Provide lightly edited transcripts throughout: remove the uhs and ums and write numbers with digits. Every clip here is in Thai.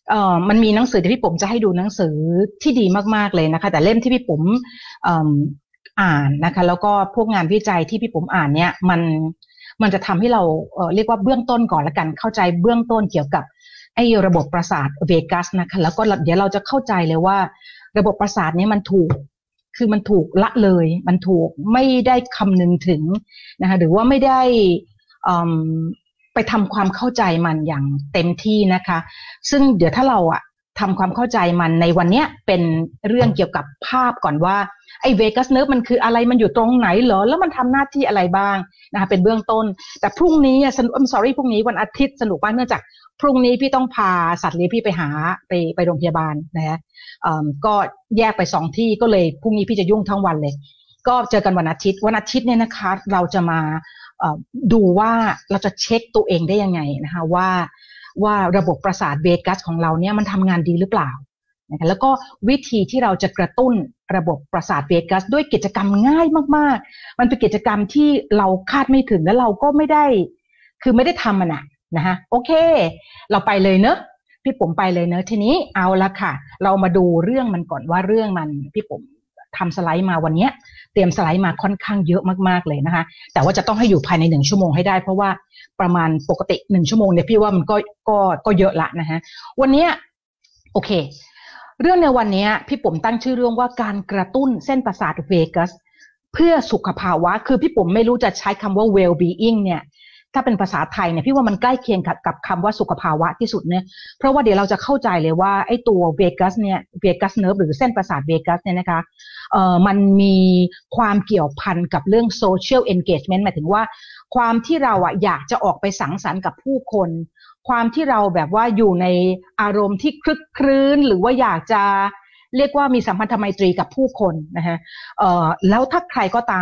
มันมีหนังสือที่พี่ผมจะให้ดูหนังสือที่ดีมากๆเลยนะคะแต่เล่มที่พี่ผมเอ่ออ่านนะคะแล้วก็พวกงานวิจัยที่พี่ผมอ่านเนี่ยมันจะทำให้เราเรียกว่าเบื้องต้นก่อนละกันเข้าใจเบื้องต้นเกี่ยวกับไอ้ระบบประสาทเวกัสนะคะแล้วก็เดี๋ยวเราจะเข้าใจเลยว่าระบบประสาทนี้มันถูกคือมันถูกละเลยมันถูกไม่ได้คำนึงถึงนะคะหรือว่าไม่ได้ไปทำความเข้าใจมันอย่างเต็มที่นะคะซึ่งเดี๋ยวถ้าเราทำความเข้าใจมันในวันนี้เป็นเรื่องเกี่ยวกับภาพก่อนว่าไอ้เวกัสเนิร์ฟมันคืออะไรมันอยู่ตรงไหนเหรอแล้วมันทำหน้าที่อะไรบ้างนะคะเป็นเบื้องต้นแต่พรุ่งนี้สนุกsorry พรุ่งนี้วันอาทิตย์สนุกมากเนื่องจากพรุ่งนี้พี่ต้องพาสัตว์เลี้ยงพี่ไปหาไปโรงพยาบาลนะฮะก็แยกไป2 ที่ก็เลยพรุ่งนี้พี่จะยุ่งทั้งวันเลยก็เจอกันวันอาทิตย์เนี่ยนะคะเราจะมาดูว่าเราจะเช็คตัวเองได้ยังไงนะคะว่าระบบประสาทเวกัสของเราเนี่ยมันทำงานดีหรือเปล่านะคะแล้วก็วิธีที่เราจะกระตุ้นระบบประสาทเวกัสด้วยกิจกรรมง่ายมากๆมันเป็นกิจกรรมที่เราคาดไม่ถึงและเราก็ไม่ได้ทำมันนะฮะโอเคเราไปเลยเนอะพี่ผมไปเลยเนอะทีนี้เอาละค่ะเรามาดูเรื่องมันก่อนว่าเรื่องมันพี่ผมทำสไลด์มาวันนี้เตรียมสไลด์มาค่อนข้างเยอะมากๆเลยนะคะแต่ว่าจะต้องให้อยู่ภายใน1 ชั่วโมงให้ได้เพราะว่าประมาณปกติ1 ชั่วโมงเนี่ยพี่ว่ามันก็เยอะละนะฮะวันนี้โอเคเรื่องในวันนี้พี่ผมตั้งชื่อเรื่องว่าการกระตุ้นเส้นประสาทเวกัสเพื่อสุขภาวะคือพี่ผมไม่รู้จะใช้คำว่า well being เนี่ยถ้าเป็นภาษาไทยเนี่ยพี่ว่ามันใกล้เคียงกับคำว่าสุขภาวะที่สุดเนี่ยเพราะว่าเดี๋ยวเราจะเข้าใจเลยว่าไอ้ตัวเวกัสเนี่ยเวกัสเนิร์ฟหรือเส้นประสาทเวกัสเนี่ยนะคะมันมีความเกี่ยวพันกับเรื่อง social engagement หมายถึงว่าความที่เราอยากจะออกไปสังสรรค์กับผู้คนความที่เราแบบว่าอยู่ในอารมณ์ที่คลึกครื้นหรือว่าอยากจะเรียกว่ามีสัมพันธไมตรีกับผู้คนนะฮะแล้วถ้าใครก็ตาม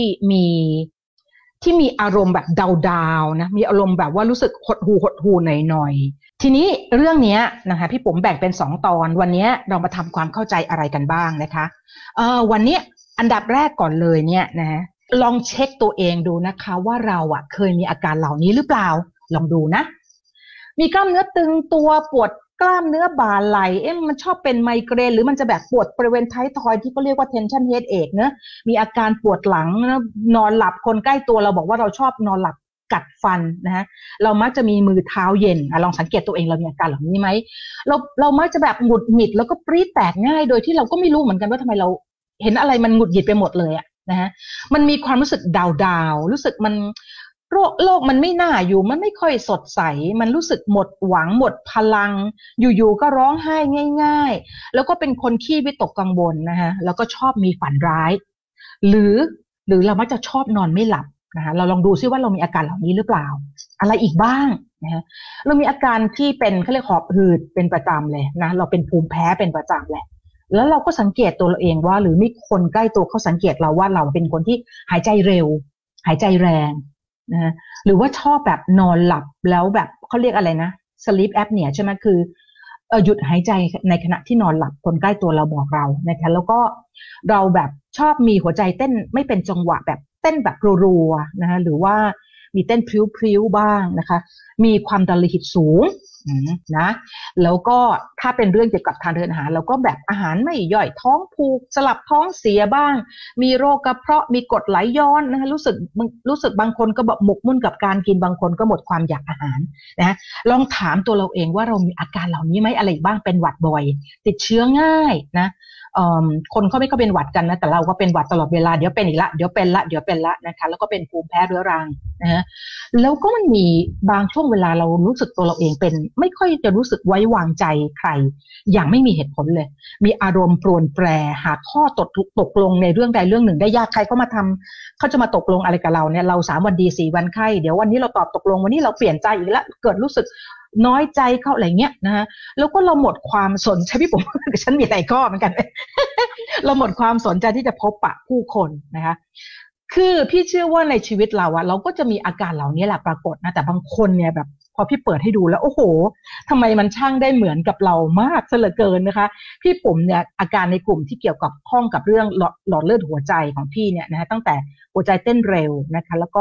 ที่มีอารมณ์แบบดาวๆนะมีอารมณ์แบบว่ารู้สึกหดหูหน่อยๆทีนี้เรื่องนี้นะคะพี่ผมแบ่งเป็น2 ตอนวันนี้เรามาทำความเข้าใจอะไรกันบ้างนะคะวันนี้อันดับแรกก่อนเลยเนี่ยนะลองเช็คตัวเองดูนะคะว่าเราเคยมีอาการเหล่านี้หรือเปล่าลองดูนะมีกล้ามเนื้อตึงตัวปวดกล้ามเนื้อบ่าไหล่มันชอบเป็นไมเกรนหรือมันจะแบบปวดบริเวณท้ายทอยที่เขาเรียกว่า tension headache เนอะมีอาการปวดหลังนะนอนหลับคนใกล้ตัวเราบอกว่าเราชอบนอนหลับกัดฟันนะฮะเรามักจะมีมือเท้าเย็นลองสังเกตตัวเองเรามีอาการเหล่านี้ไหมเรามักจะแบบหงุดหงิดแล้วก็ปรี๊ดแตกง่ายโดยที่เราก็ไม่รู้เหมือนกันว่าทำไมเราเห็นอะไรมันหงุดหงิดไปหมดเลยนะฮะมันมีความรู้สึกดาวรู้สึกมันโลกมันไม่น่าอยู่มันไม่ค่อยสดใสมันรู้สึกหมดหวังหมดพลังอยู่ๆก็ร้องไห้ง่ายๆแล้วก็เป็นคนขี้วิตกกังวลนะฮะแล้วก็ชอบมีฝันร้ายหรือเรามักจะชอบนอนไม่หลับนะคะเราลองดูซิว่าเรามีอาการเหล่านี้หรือเปล่าอะไรอีกบ้างนะฮะเรามีอาการที่เป็นเขาเรียกหอบหืดเป็นประจำเลยนะเราเป็นภูมิแพ้เป็นประจำแหละแล้วเราก็สังเกตตัวเราเองว่าหรือมีคนใกล้ตัวเขาสังเกตเราว่าเราเป็นคนที่หายใจเร็วหายใจแรงนะหรือว่าชอบแบบนอนหลับแล้วแบบเขาเรียกอะไรนะ sleep apnea ใช่ไหมคือหยุดหายใจในขณะที่นอนหลับคนใกล้ตัวเราบอกเรานะคะแล้วก็เราแบบชอบมีหัวใจเต้นไม่เป็นจังหวะแบบเต้นแบบรัวๆนะคะหรือว่ามีเต้นพลิ้วๆบ้างนะคะมีความดันโลหิตสูงนะแล้วก็ถ้าเป็นเรื่องเกี่ยวกับทางเดินอาหารเราก็แบบอาหารไม่ย่อยท้องผูกสลับท้องเสียบ้างมีโรคกระเพาะมีกรดไหลย้อนนะคะรู้สึกบางคนก็แบบหมกมุ่นกับการกินบางคนก็หมดความอยากอาหารนะลองถามตัวเราเองว่าเรามีอาการเหล่านี้ไหมอะไรบ้างเป็นหวัดบ่อยติดเชื้อง่ายนะคนเขาไม่ก็เป็นหวัดกันนะแต่เราก็เป็นหวัดตลอดเวลาเดี๋ยวเป็นอีกละเดี๋ยวเป็นละนะคะแล้วก็เป็นภูมิแพ้เรื้อรังนะฮะแล้วก็มันมีบางช่วงเวลาเรารู้สึกตัวเราเองเป็นไม่ค่อยจะรู้สึกไว้วางใจใครอย่างไม่มีเหตุผลเลยมีอารมณ์ปรวนแปรหาข้อตกลงในเรื่องใดเรื่องหนึ่งได้ยากใครเขามาทำเขาจะมาตกลงอะไรกับเราเนี่ยเรา3 วันดี4 วันไข้เดี๋ยววันนี้เราตอบตกลงวันนี้เราเปลี่ยนใจอีกแล้วเกิดรู้สึกน้อยใจเขาอะไรเงี้ยนะฮะแล้วก็เราหมดความสนใจพี่ผมฉันมีหลายข้อเหมือนกัน เราหมดความสนใจที่จะพบปะผู้คนนะคะคือพี่เชื่อว่าในชีวิตเราเราก็จะมีอาการเหล่านี้แหละปรากฏนะแต่บางคนเนี่ยแบบพอพี่เปิดให้ดูแล้วโอ้โหทำไมมันช่างได้เหมือนกับเรามากซะเหลือเกินนะคะพี่ผมเนี่ยอาการในกลุ่มที่เกี่ยวกับข้องกับเรื่องหลอดเลือดหัวใจของพี่เนี่ยนะฮะตั้งแต่หัวใจเต้นเร็วนะคะแล้วก็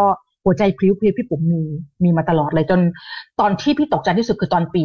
หัวใจพลิ้วพี่ปุ๋มมีมาตลอดเลยจนตอนที่พี่ตกใจที่สุดคือตอนปี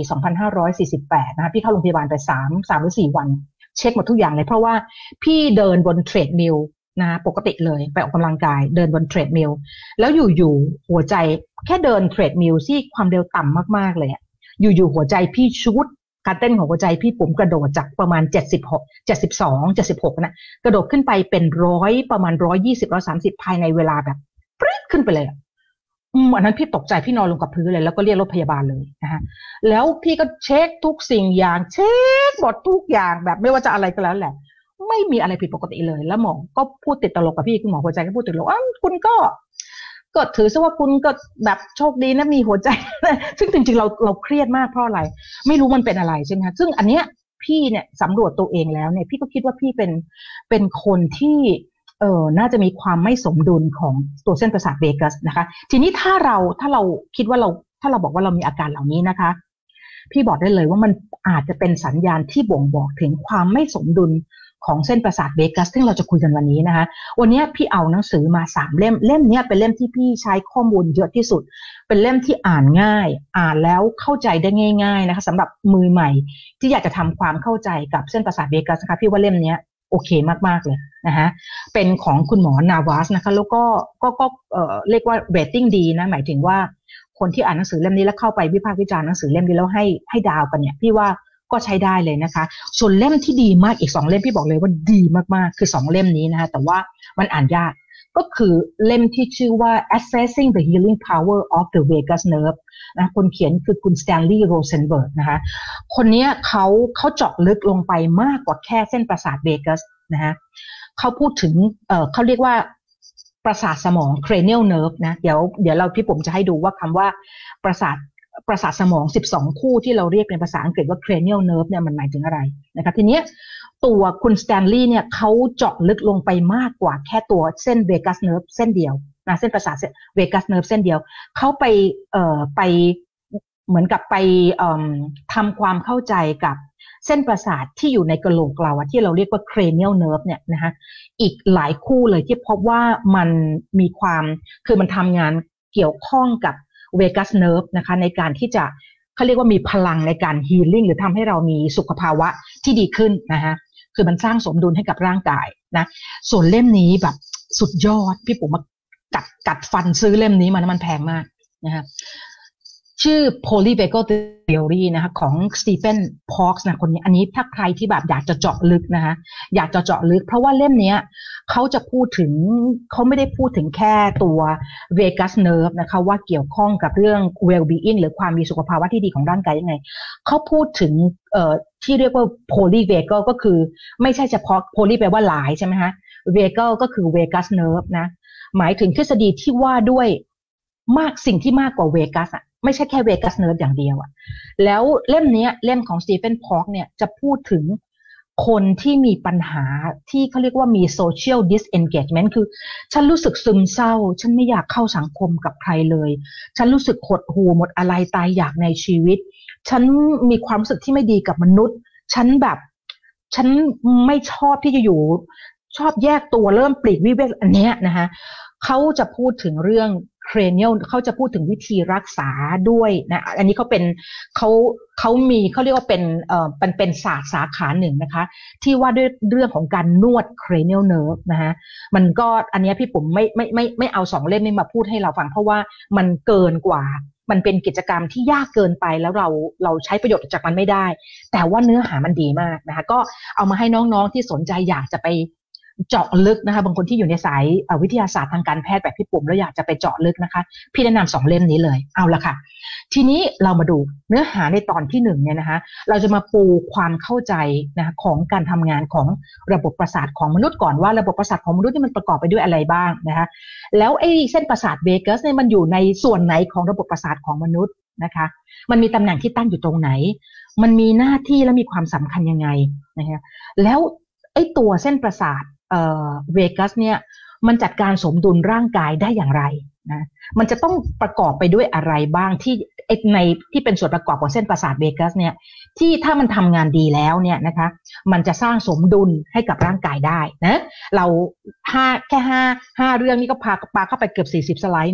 2548นะคะพี่เข้าโรงพยาบาลไป3 หรือ 4 วันเช็คหมดทุกอย่างเลยเพราะว่าพี่เดินบนเทรดมิลนะปกติเลยไปออกกำลังกายเดินบนเทรดมิลแล้วอยู่หัวใจแค่เดินเทรดมิลที่ความเร็วต่ำมากๆเลยอยู่หัวใจพี่ชุดการเต้นของหัวใจพี่ปุ๋มกระโดดจากประมาณ76 72 76นะกระโดดขึ้นไปเป็นประมาณ120 130ภายในเวลาแบบปรี๊ดขึ้นไปเลยอันนั้นพี่ตกใจพี่นอนลงกับพื้นเลยแล้วก็เรียกรถพยาบาลเลยนะฮะแล้วพี่ก็เช็คทุกสิ่งอย่างเช็คหมดทุกอย่างแบบไม่ว่าจะอะไรก็แล้วแหละไม่มีอะไรผิดปกติเลยแล้วหมอก็พูดติดตลกกับพี่คุณหมอหัวใจก็พูดติดตลกคุณก็ถือซะว่าคุณก็แบบโชคดีนะมีหัวใจซึ่งจริงๆเราเครียดมากเพราะอะไรไม่รู้มันเป็นอะไรใช่ไหมคะซึ่งอันเนี้ยพี่เนี่ยสำรวจตัวเองแล้วเนี่ยพี่ก็คิดว่าพี่เป็นคนที่น่าจะมีความไม่สมดุลของตัวเส้นประสาทเวกัสนะคะทีนี้ถ้าเราคิดว่าถ้าเราบอกว่าเรามีอาการเหล่านี้นะคะพี่บอกได้เลยว่ามันอาจจะเป็นสัญญาณที่บ่งบอกถึงความไม่สมดุลของเส้นประสาทเวกัสซึ่งเราจะคุยกันวันนี้นะคะวันนี้พี่เอาหนังสือมา3 เล่มนี้เป็นเล่มที่พี่ใช้ข้อมูลเยอะที่สุดเป็นเล่มที่อ่านง่ายอ่านแล้วเข้าใจได้ง่ายๆนะคะสำหรับมือใหม่ที่อยากจะทำความเข้าใจกับเส้นประสาทเวกัสนะคะพี่ว่าเล่มนี้โอเคมากๆเลยนะคะเป็นของคุณหมอนาวาสนะคะแล้วก็เรียกว่าเรตติ้งดีนะหมายถึงว่าคนที่อ่านหนังสือเล่มนี้แล้วเข้าไปวิพากษ์วิจารณ์หนังสือเล่มนี้แล้วให้ดาวกันเนี่ยพี่ว่าก็ใช้ได้เลยนะคะส่วนเล่มที่ดีมากอีก2 เล่มพี่บอกเลยว่าดีมากๆคือ2 เล่มนี้นะคะแต่ว่ามันอ่านยากก็คือเล่มที่ชื่อว่า Assessing the Healing Power of the Vagus Nerve นะคนเขียนคือคุณสแตนลีย์โรเซนเบิร์กนะคะคนนี้เขาเจาะลึกลงไปมากกว่าแค่เส้นประสาทเวกัสนะคะเขาพูดถึงเขาเรียกว่าประสาทสมอง cranial nerve นะเดี๋ยวพี่ผมจะให้ดูว่าคำว่าประสาทสมอง12 คู่ที่เราเรียกเป็นภาษาอังกฤษว่า cranial nerve เนี่ยมันหมายถึงอะไรนะคะทีนี้ตัวคุณสแตนลีย์เนี่ยเขาเจาะลึกลงไปมากกว่าแค่ตัวเส้น vagus nerve เส้นเดียวนะเส้นประสาท vagus nerve เส้นเดียวเขาไปเหมือนกับไปทำความเข้าใจกับเส้นประสาทที่อยู่ในกะโหลกเราที่เราเรียกว่า cranial nerve เนี่ยนะคะอีกหลายคู่เลยที่พบว่ามันมีความคือมันทำงานเกี่ยวข้องกับvagus nerve นะคะในการที่จะเขาเรียกว่ามีพลังในการ healing หรือทำให้เรามีสุขภาวะที่ดีขึ้นนะคะคือมันสร้างสมดุลให้กับร่างกายนะส่วนเล่มนี้แบบสุดยอดพี่ปุ๋มมากัดฟันซื้อเล่มนี้มันแพงมากนะคะชื่อ Polyvagal Theory นะคะของ Stephen Parks นะคนนี้อันนี้ถ้าใครที่แบบอยากจะเจาะลึกนะคะอยากจะเจาะลึกเพราะว่าเล่มนี้เขาจะพูดถึงเขาไม่ได้พูดถึงแค่ตัว vagus nerve นะคะว่าเกี่ยวข้องกับเรื่อง well-being หรือความมีสุขภาวะที่ดีของร่างกายยังไงเขาพูดถึงที่เรียกว่า polyvagal ก็คือไม่ใช่เฉพาะ poly แปลว่าหลายใช่ไหมคะ vagal ก็คือ vagus nerve นะหมายถึงทฤษฎีที่ว่าด้วยสิ่งที่มากกว่า vagus ไม่ใช่แค่ vagus nerve อย่างเดียวแล้วเล่มนี้เล่มของ Stephen Park เนี่ยจะพูดถึงคนที่มีปัญหาที่เขาเรียกว่ามี social disengagement คือฉันรู้สึกซึมเศร้าฉันไม่อยากเข้าสังคมกับใครเลยฉันรู้สึกหดหู่หมดอะไรตายอยากในชีวิตฉันมีความรู้สึกที่ไม่ดีกับมนุษย์ฉันไม่ชอบที่จะอยู่ชอบแยกตัวเริ่มปลีกวิเวกอันเนี้ยนะคะเขาจะพูดถึงเรื่อง cranial เขาจะพูดถึงวิธีรักษาด้วยนะอันนี้เขาเรียกว่าเป็นศาสตร์สาขาหนึ่งนะคะที่ว่าด้วยเรื่องของการนวด cranial nerve นะคะมันก็อันนี้พี่ผมไม่เอา2 เล่มนี้มาพูดให้เราฟังเพราะว่ามันเกินกว่ามันเป็นกิจกรรมที่ยากเกินไปแล้วเราใช้ประโยชน์จากมันไม่ได้แต่ว่าเนื้อหามันดีมากนะคะก็เอามาให้น้องๆที่สนใจอยากจะไปเจาะลึกนะคะบางคนที่อยู่ในสายวิทยาศาสตร์ทางการแพทย์แบบพี่ปุ๋มแล้วอยากจะไปเจาะลึกนะคะพี่แนะนำ2 เล่มนี้เลยเอาละค่ะทีนี้เรามาดูเนื้อหาในตอนที่1เนี่ยนะคะเราจะมาปูความเข้าใจนะคะของการทำงานของระบบประสาทของมนุษย์ก่อนว่าระบบประสาทของมนุษย์นี่มันประกอบไปด้วยอะไรบ้างนะคะแล้วไอ้เส้นประสาทเวกัสเนี่ยมันอยู่ในส่วนไหนของระบบประสาทของมนุษย์นะคะมันมีตำแหน่งที่ตั้งอยู่ตรงไหนมันมีหน้าที่และมีความสำคัญยังไงนะคะแล้วไอ้ตัวเส้นประสาทเวกัสเนี่ยมันจัดการสมดุลร่างกายได้อย่างไรนะมันจะต้องประกอบไปด้วยอะไรบ้างที่เป็นส่วนประกอบของเส้นประสาทเวกัสเนี่ยที่ถ้ามันทำงานดีแล้วเนี่ยนะคะมันจะสร้างสมดุลให้กับร่างกายได้นะเราแค่5เรื่องนี้ก็พาเข้าไปเกือบ40 สไลด์นะ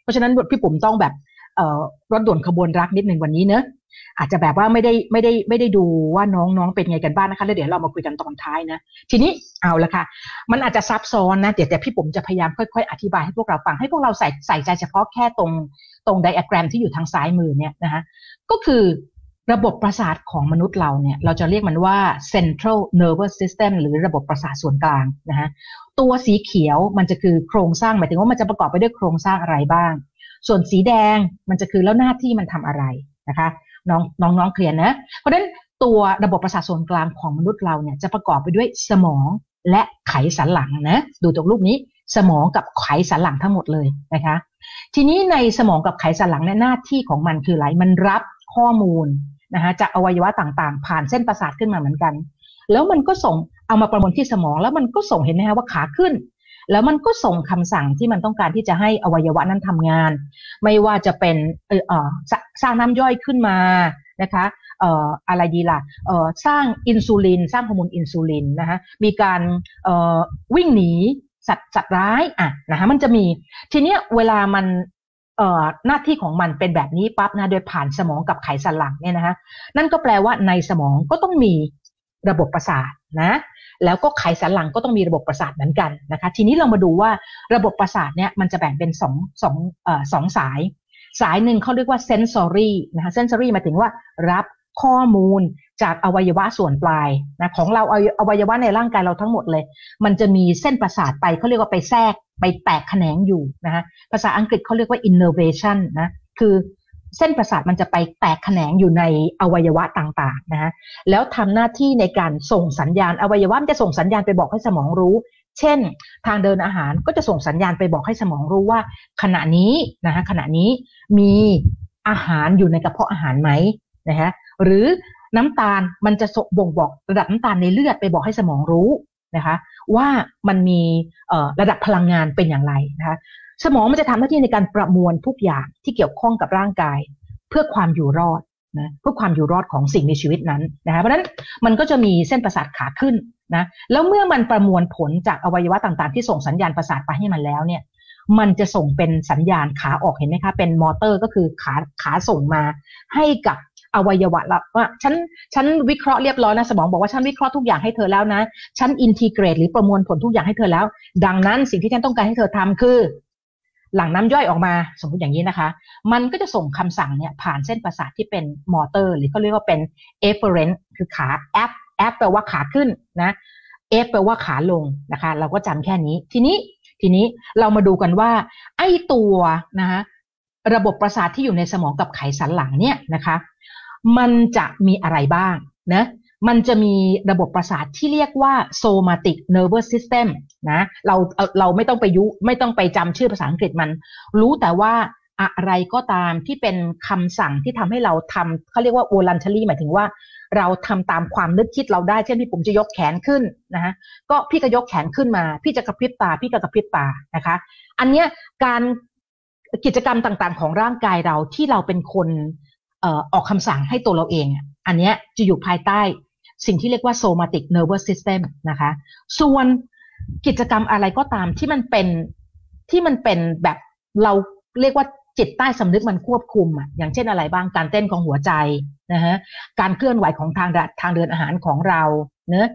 ราะฉะนั้นพี่ปุ๋มต้องแบบรถด่วนขบวนรักนิดนึงวันนี้เนอะอาจจะแบบว่าไม่ได้ดูว่าน้องเป็นไงกันบ้างนะคะแล้วเดี๋ยวเรามาคุยกันตอนท้ายนะทีนี้เอาละค่ะมันอาจจะซับซ้อนนะแต่พี่ปุ๋มจะพยายามค่อยๆอธิบายให้พวกเราฟังให้พวกเราใส่ใจเฉพาะแค่ตรงไดอะแกรมที่อยู่ทางซ้ายมือเนี่ยนะคะก็คือระบบประสาทของมนุษย์เราเนี่ยเราจะเรียกมันว่า central nervous system หรือระบบประสาทส่วนกลางนะคะตัวสีเขียวมันจะคือโครงสร้างหมายถึงว่ามันจะประกอบไปด้วยโครงสร้างอะไรบ้างส่วนสีแดงมันจะคือแล้วหน้าที่มันทำอะไรนะคะน้องเคลียร์นะเพราะฉะนั้นตัวระบบประสาทส่วนกลางของมนุษย์เราเนี่ยจะประกอบไปด้วยสมองและไขสันหลังนะดูตรงรูปนี้สมองกับไขสันหลังทั้งหมดเลยนะคะทีนี้ในสมองกับไขสันหลังเนี่ยหน้าที่ของมันคืออะไรมันรับข้อมูลนะคะจากอวัยวะต่างๆผ่านเส้นประสาทขึ้นมาเหมือนกันแล้วมันก็ส่งเอามาประมวลที่สมองแล้วมันก็ส่งเห็นไหมคะว่าขาขึ้นแล้วมันก็ส่งคำสั่งที่มันต้องการที่จะให้อวัยวะนั้นทำงานไม่ว่าจะเป็นสร้างน้ำย่อยขึ้นมานะคะอะไรดีล่ะสร้างอินซูลินสร้างฮอร์โมนอินซูลินนะคะมีการวิ่งหนีสัตว์ร้ายนะคะมันจะมีทีเนี้ยเวลามันหน้าที่ของมันเป็นแบบนี้ปั๊บนะโดยผ่านสมองกับไขสันหลังเนี่ยนะคะนั่นก็แปลว่าในสมองก็ต้องมีระบบประสาทนะแล้วก็ไขสันหลังก็ต้องมีระบบประสาทเหมือนกันนะคะทีนี้เรามาดูว่าระบบประสาทเนี่ยมันจะแบ่งเป็นสองสายหนึ่งเขาเรียกว่าเซนซอรี่นะคะเซนซอรี่หมายถึงว่ารับข้อมูลจากอวัยวะส่วนปลายนะของเราอวัยวะในร่างกายเราทั้งหมดเลยมันจะมีเส้นประสาทไปเขาเรียกว่าไปแทรกไปแตกแขนงอยู่นะคะภาษาอังกฤษเขาเรียกว่า innervation นะคือเส้นประสาทมันจะไปแตกแขนงอยู่ในอวัยวะต่างๆนะฮะแล้วทำหน้าที่ในการส่งสัญญาณอวัยวะจะส่งสัญญาณไปบอกให้สมองรู้เช่นทางเดินอาหารก็จะส่งสัญญาณไปบอกให้สมองรู้ว่าขณะนี้นะคะขณะนี้มีอาหารอยู่ในกระเพาะอาหารไหมนะฮะหรือน้ำตาลมันจะบ่งบอกระดับน้ำตาลในเลือดไปบอกให้สมองรู้นะคะว่ามันมีระดับพลังงานเป็นอย่างไรนะคะสมองมันจะทำหน้าที่ในการประมวลทุกอย่างที่เกี่ยวข้องกับร่างกายเพื่อความอยู่รอดนะเพื่อความอยู่รอดของสิ่งมีชีวิตนั้นนะคะเพราะฉะนั้นมันก็จะมีเส้นประสาทขาขึ้นนะแล้วเมื่อมันประมวลผลจากอวัยวะต่างๆที่ส่งสัญญาณประสาทไปให้มันแล้วเนี่ยมันจะส่งเป็นสัญญาณขาออกเห็นไหมคะเป็นมอเตอร์ก็คือขาส่งมาให้กับอวัยวะละว่าฉันวิเคราะห์เรียบร้อยนะสมองบอกว่าฉันวิเคราะห์ทุกอย่างให้เธอแล้วนะฉันอินทิเกรตหรือประมวลผลทุกอย่างให้เธอแล้วดังนั้นสิ่งที่ฉันต้องการให้เธอทำคือหลั่งน้ำย่อยออกมาสมมติอย่างนี้นะคะมันก็จะส่งคำสั่งเนี่ยผ่านเส้นประสาทที่เป็นมอเตอร์หรือเขาเรียกว่าเป็น efferent คือขา f แปลว่าขาขึ้นนะ f แปลว่าขาลงนะคะเราก็จำแค่นี้ทีนี้เรามาดูกันว่าไอ้ตัวนะคะระบบประสาทที่อยู่ในสมองกับไขสันหลังเนี่ยนะคะมันจะมีอะไรบ้างนะมันจะมีระบบประสาทที่เรียกว่า somatic nervous system นะเราไม่ต้องไปจำชื่อภาษาอังกฤษมันรู้แต่ว่าอะไรก็ตามที่เป็นคำสั่งที่ทำให้เราทำเขาเรียกว่า voluntary หมายถึงว่าเราทำตามความนึกคิดเราได้เช่นพี่ผมจะยกแขนขึ้นนะก็พี่ก็ยกแขนขึ้นมาพี่จะกระพริบตาพี่ก็กระพริบตานะคะอันเนี้ยการกิจกรรมต่างๆของร่างกายเราที่เราเป็นคนออกคำสั่งให้ตัวเราเองอันเนี้ยจะอยู่ภายใต้สิ่งที่เรียกว่า somatic nervous system นะคะส่วนกิจกรรมอะไรก็ตามที่มันเป็นแบบเราเรียกว่าจิตใต้สำนึกมันควบคุมอย่างเช่นอะไรบ้างการเต้นของหัวใจนะฮะการเคลื่อนไหวของทางเดินอาหารของเราเนะ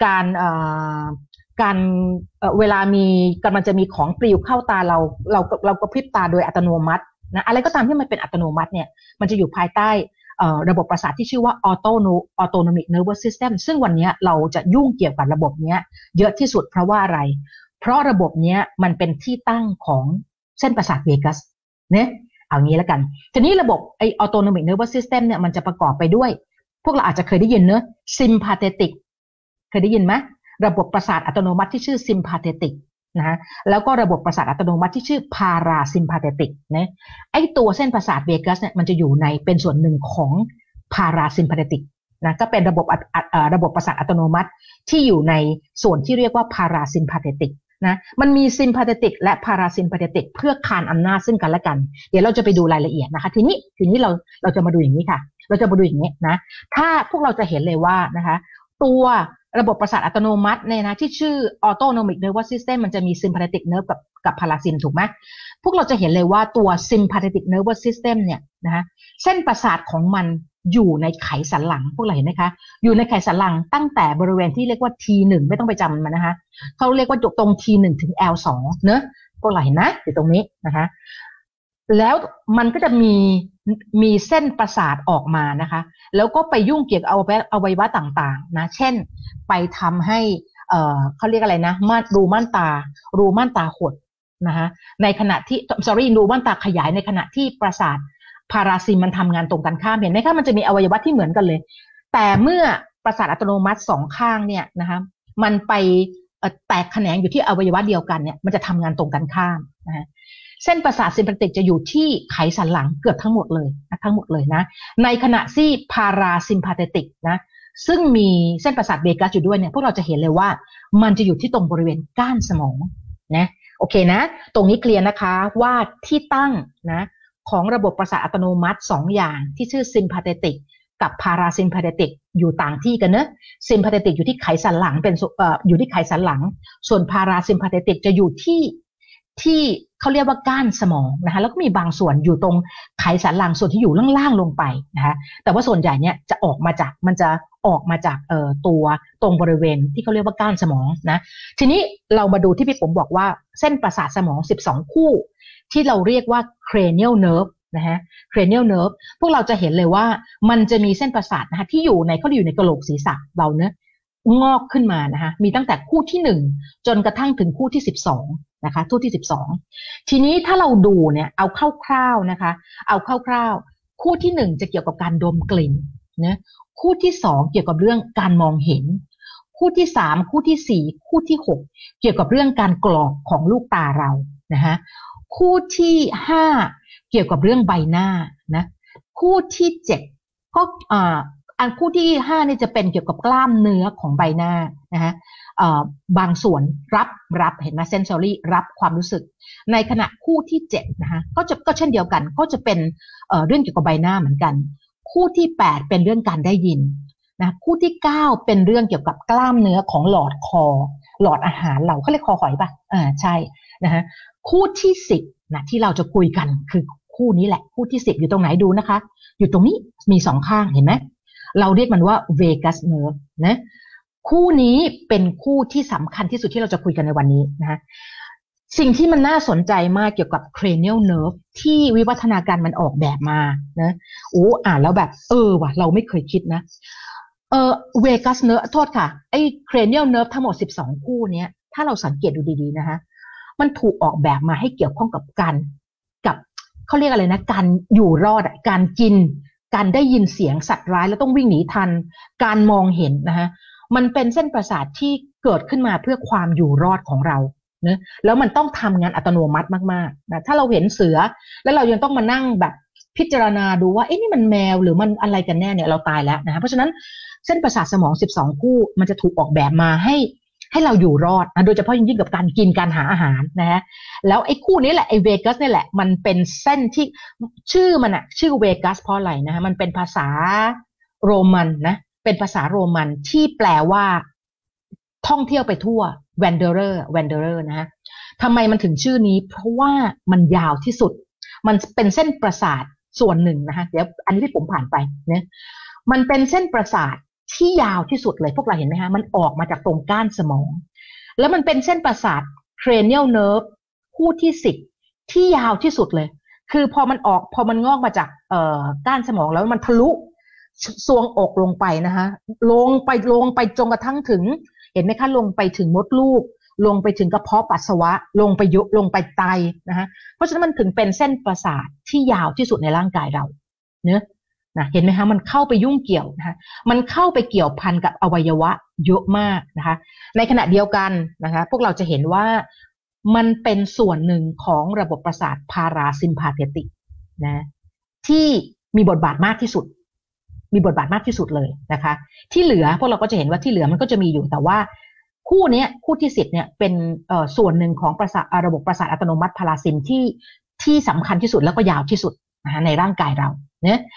การเวลามีกำลังจะมีของปลิวเข้าตาเราก็พริบตาโดยอัตโนมัตินะอะไรก็ตามที่มันเป็นอัตโนมัติเนี่ยมันจะอยู่ภายใต้ระบบประสาทที่ชื่อว่า autonomic nervous system ซึ่งวันนี้เราจะยุ่งเกี่ยวกับระบบนี้เยอะที่สุดเพราะว่าอะไรเพราะระบบนี้มันเป็นที่ตั้งของเส้นประสาทเวกัสเนี่ยเอางี้แล้วกันทีนี้ระบบไอ้ autonomic nervous system เนี่ยมันจะประกอบไปด้วยพวกเราอาจจะเคยได้ยินเนอะ sympathetic เคยได้ยินไหมระบบประสาทอัตโนมัติที่ชื่อ sympathetic นะแล้วก็ระบบประสาทอัตโนมัติที่ชื่อ parasympathetic นะไอ้ตัวเส้นประสาทเวกัสเนี่ยมันจะอยู่ในเป็นส่วนหนึ่งของ parasympathetic นะก็เป็นระบบประสาทอัตโนมัติที่อยู่ในส่วนที่เรียกว่า parasympathetic นะมันมี sympathetic และ parasympathetic เพื่อคานอำนาจซึ่งกันและกันเดี๋ยวเราจะไปดูรายละเอียดนะคะทีนี้เราจะมาดูอย่างนี้ค่ะเราจะมาดูอย่างนี้นะถ้าพวกเราจะเห็นเลยว่านะคะตัวระบบประสาทอัตโนมัติเนี่ยนะที่ชื่อ autonomic nervous system มันจะมี sympathetic nerve กับพาราซิมถูกไหมพวกเราจะเห็นเลยว่าตัว sympathetic nervous system เนี่ยนะคะเส้นประสาทของมันอยู่ในไขสันหลังพวกเราเห็นไหมคะอยู่ในไขสันหลังตั้งแต่บริเวณที่เรียกว่า T1 ไม่ต้องไปจำมันนะคะเขาเรียกว่าตรง T1 ถึง L2 เนอะพวกเราเห็นนะอยู่ตรงนี้นะคะแล้วมันก็จะมีเส้นประสาทออกมานะคะแล้วก็ไปยุ่งเกี่ยวกับอวัยวะต่างๆนะเช่นไปทำให้เขาเรียกอะไรนะรูม่านตาหดนะคะในขณะที่รูม่านตาขยายในขณะที่ประสาทพาราซิมมันทำงานตรงกันข้ามเห็นไหมคะมันจะมีอวัยวะที่เหมือนกันเลยแต่เมื่อประสาทอัตโนมัติสองข้างเนี่ยนะคะมันไปแตกแขนงอยู่ที่อวัยวะเดียวกันเนี่ยมันจะทำงานตรงกันข้ามนะเส้นประสาทซิมพาเทติกจะอยู่ที่ไขสันหลังเกือบทั้งหมดเลยนะในขณะที่พาราซิมพาเทติกนะซึ่งมีเส้นประสาทเวกัสอยู่ด้วยเนี่ยพวกเราจะเห็นเลยว่ามันจะอยู่ที่ตรงบริเวณก้านสมองนะโอเคนะตรงนี้เคลียร์นะคะว่าที่ตั้งนะของระบบประสาทอัตโนมัติ2อย่างที่ชื่อซิมพาเทติกกับพาราซิมพาเทติกอยู่ต่างที่กันเนอะซิมพาเทติกอยู่ที่ไขสันหลังอยู่ที่ไขสันหลังส่วนพาราซิมพาเทติกจะอยู่ที่เขาเรียกว่าก้านสมองนะคะแล้วก็มีบางส่วนอยู่ตรงไขสันหลังส่วนที่อยู่ล่างๆลงไปนะคะแต่ว่าส่วนใหญ่เนี่ยจะออกมาจากตัวตรงบริเวณที่เขาเรียกว่าก้านสมองนะทีนี้เรามาดูที่พี่ผมบอกว่าเส้นประสาทสมอง12คู่ที่เราเรียกว่า cranial nerve นะฮะ cranial nerve พวกเราจะเห็นเลยว่ามันจะมีเส้นประสาทนะคะที่อยู่ในกะโหลกศีรษะเราเนอะงอกขึ้นมานะคะมีตั้งแต่คู่ที่1จนกระทั่งถึงคู่ที่12นะคะคู่ที่12ทีนี้ถ้าเราดูเนี่ยเอาคร่าวๆนะคะเอาคร่าวๆคู่ที่1จะเกี่ยวกับการดมกลิ่นนะคู่ที่2เกี่ยวกับเรื่องการมองเห็นคู่ที่3คู่ที่4คู่ที่6เกี่ยวกับเรื่องการกรอกของลูกตาเรานะคะคู่ที่5เกี่ยวกับเรื่องใบหน้านะคู่ที่7ก็อันคู่ที่5นี่จะเป็นเกี่ยวกับกล้ามเนื้อของใบหน้านะคะบางส่วนรับเห็นไหมเซนซอรี่รับความรู้สึกในขณะคู่ที่7นะคะก็เช่นเดียวกันก็จะเป็นเรื่องเกี่ยวกับใบหน้าเหมือนกันคู่ที่8เป็นเรื่องการได้ยินนะคู่ที่9เป็นเรื่องเกี่ยวกับกล้ามเนื้อของหลอดคอหลอดอาหารเราเขาเรียกคอหอยป่ะใช่นะคะคู่ที่10นะที่เราจะคุยกันคือคู่นี้แหละคู่ที่10อยู่ตรงไหนดูนะคะอยู่ตรงนี้มี2ข้างเห็นไหมเราเรียกมันว่า vagus nerve นะคู่นี้เป็นคู่ที่สำคัญที่สุดที่เราจะคุยกันในวันนี้นะสิ่งที่มันน่าสนใจมากเกี่ยวกับ cranial nerve ที่วิวัฒนาการมันออกแบบมานะอ่านแล้วแบบว่ะเราไม่เคยคิดนะvagus nerve โทษค่ะไอ้ cranial nerve ทั้งหมด12คู่นี้ถ้าเราสังเกตดูดีๆนะคะมันถูกออกแบบมาให้เกี่ยวข้องกับเขาเรียกอะไรนะการอยู่รอดการกินการได้ยินเสียงสัตว์ร้ายแล้วต้องวิ่งหนีทันการมองเห็นนะคะมันเป็นเส้นประสาทที่เกิดขึ้นมาเพื่อความอยู่รอดของเราเนะแล้วมันต้องทำงานอัตโนมัติมากๆนะถ้าเราเห็นเสือแล้วเรายังต้องมานั่งแบบพิจารณาดูว่านี่มันแมวหรือมันอะไรกันแน่เนี่ยเราตายแล้วนะคะเพราะฉะนั้นเส้นประสาทสมอง12คู่มันจะถูกออกแบบมาให้เราอยู่รอดนะโดยเฉพาะยิ่งกับการกินการหาอาหารนะฮะแล้วไอ้คู่นี้แหละไอ้เวกัสนี่แหละมันเป็นเส้นที่ชื่อมันอะชื่อเวกัสเพราะอะไรนะฮะมันเป็นภาษาโรมันนะเป็นภาษาโรมันที่แปลว่าท่องเที่ยวไปทั่ว wanderer นะฮะทำไมมันถึงชื่อนี้เพราะว่ามันยาวที่สุดมันเป็นเส้นประสาทส่วนหนึ่งนะคะเดี๋ยวอันนี้ที่ผมผ่านไปเนี่ยมันเป็นเส้นประสาทที่ยาวที่สุดเลยพวกเราเห็นไหมฮะมันออกมาจากตรงก้านสมองแล้วมันเป็นเส้นประสาท cranial nerve คู่ที่10ที่ยาวที่สุดเลยคือพอมันงอกมาจากก้านสมองแล้วมันทะลุซวงอกลงไปนะคะลงไปจนกระทั่งถึงเห็นไหมคะลงไปถึงมดลูกลงไปถึงกระเพาะปัสสาวะลงไปไตนะคะเพราะฉะนั้นมันถึงเป็นเส้นประสาทที่ยาวที่สุดในร่างกายเราเนอะนะเห็นไหมคะมันเข้าไปยุ่งเกี่ยวนะคะมันเข้าไปเกี่ยวพันกับอวัยวะเยอะมากนะคะในขณะเดียวกันนะคะพวกเราจะเห็นว่ามันเป็นส่วนหนึ่งของระบบประสาทพาราซิมพาเทติกนะที่มีบทบาทมากที่สุดเลยนะคะที่เหลือพวกเราก็จะเห็นว่าที่เหลือมันก็จะมีอยู่แต่ว่าคู่ที่10เนี่ยเป็นส่วนหนึ่งของระบบประสาทอัตโนมัติพาราซิมที่สำคัญที่สุดแล้วก็ยาวที่สุดนะคะในร่างกายเราเนี่ย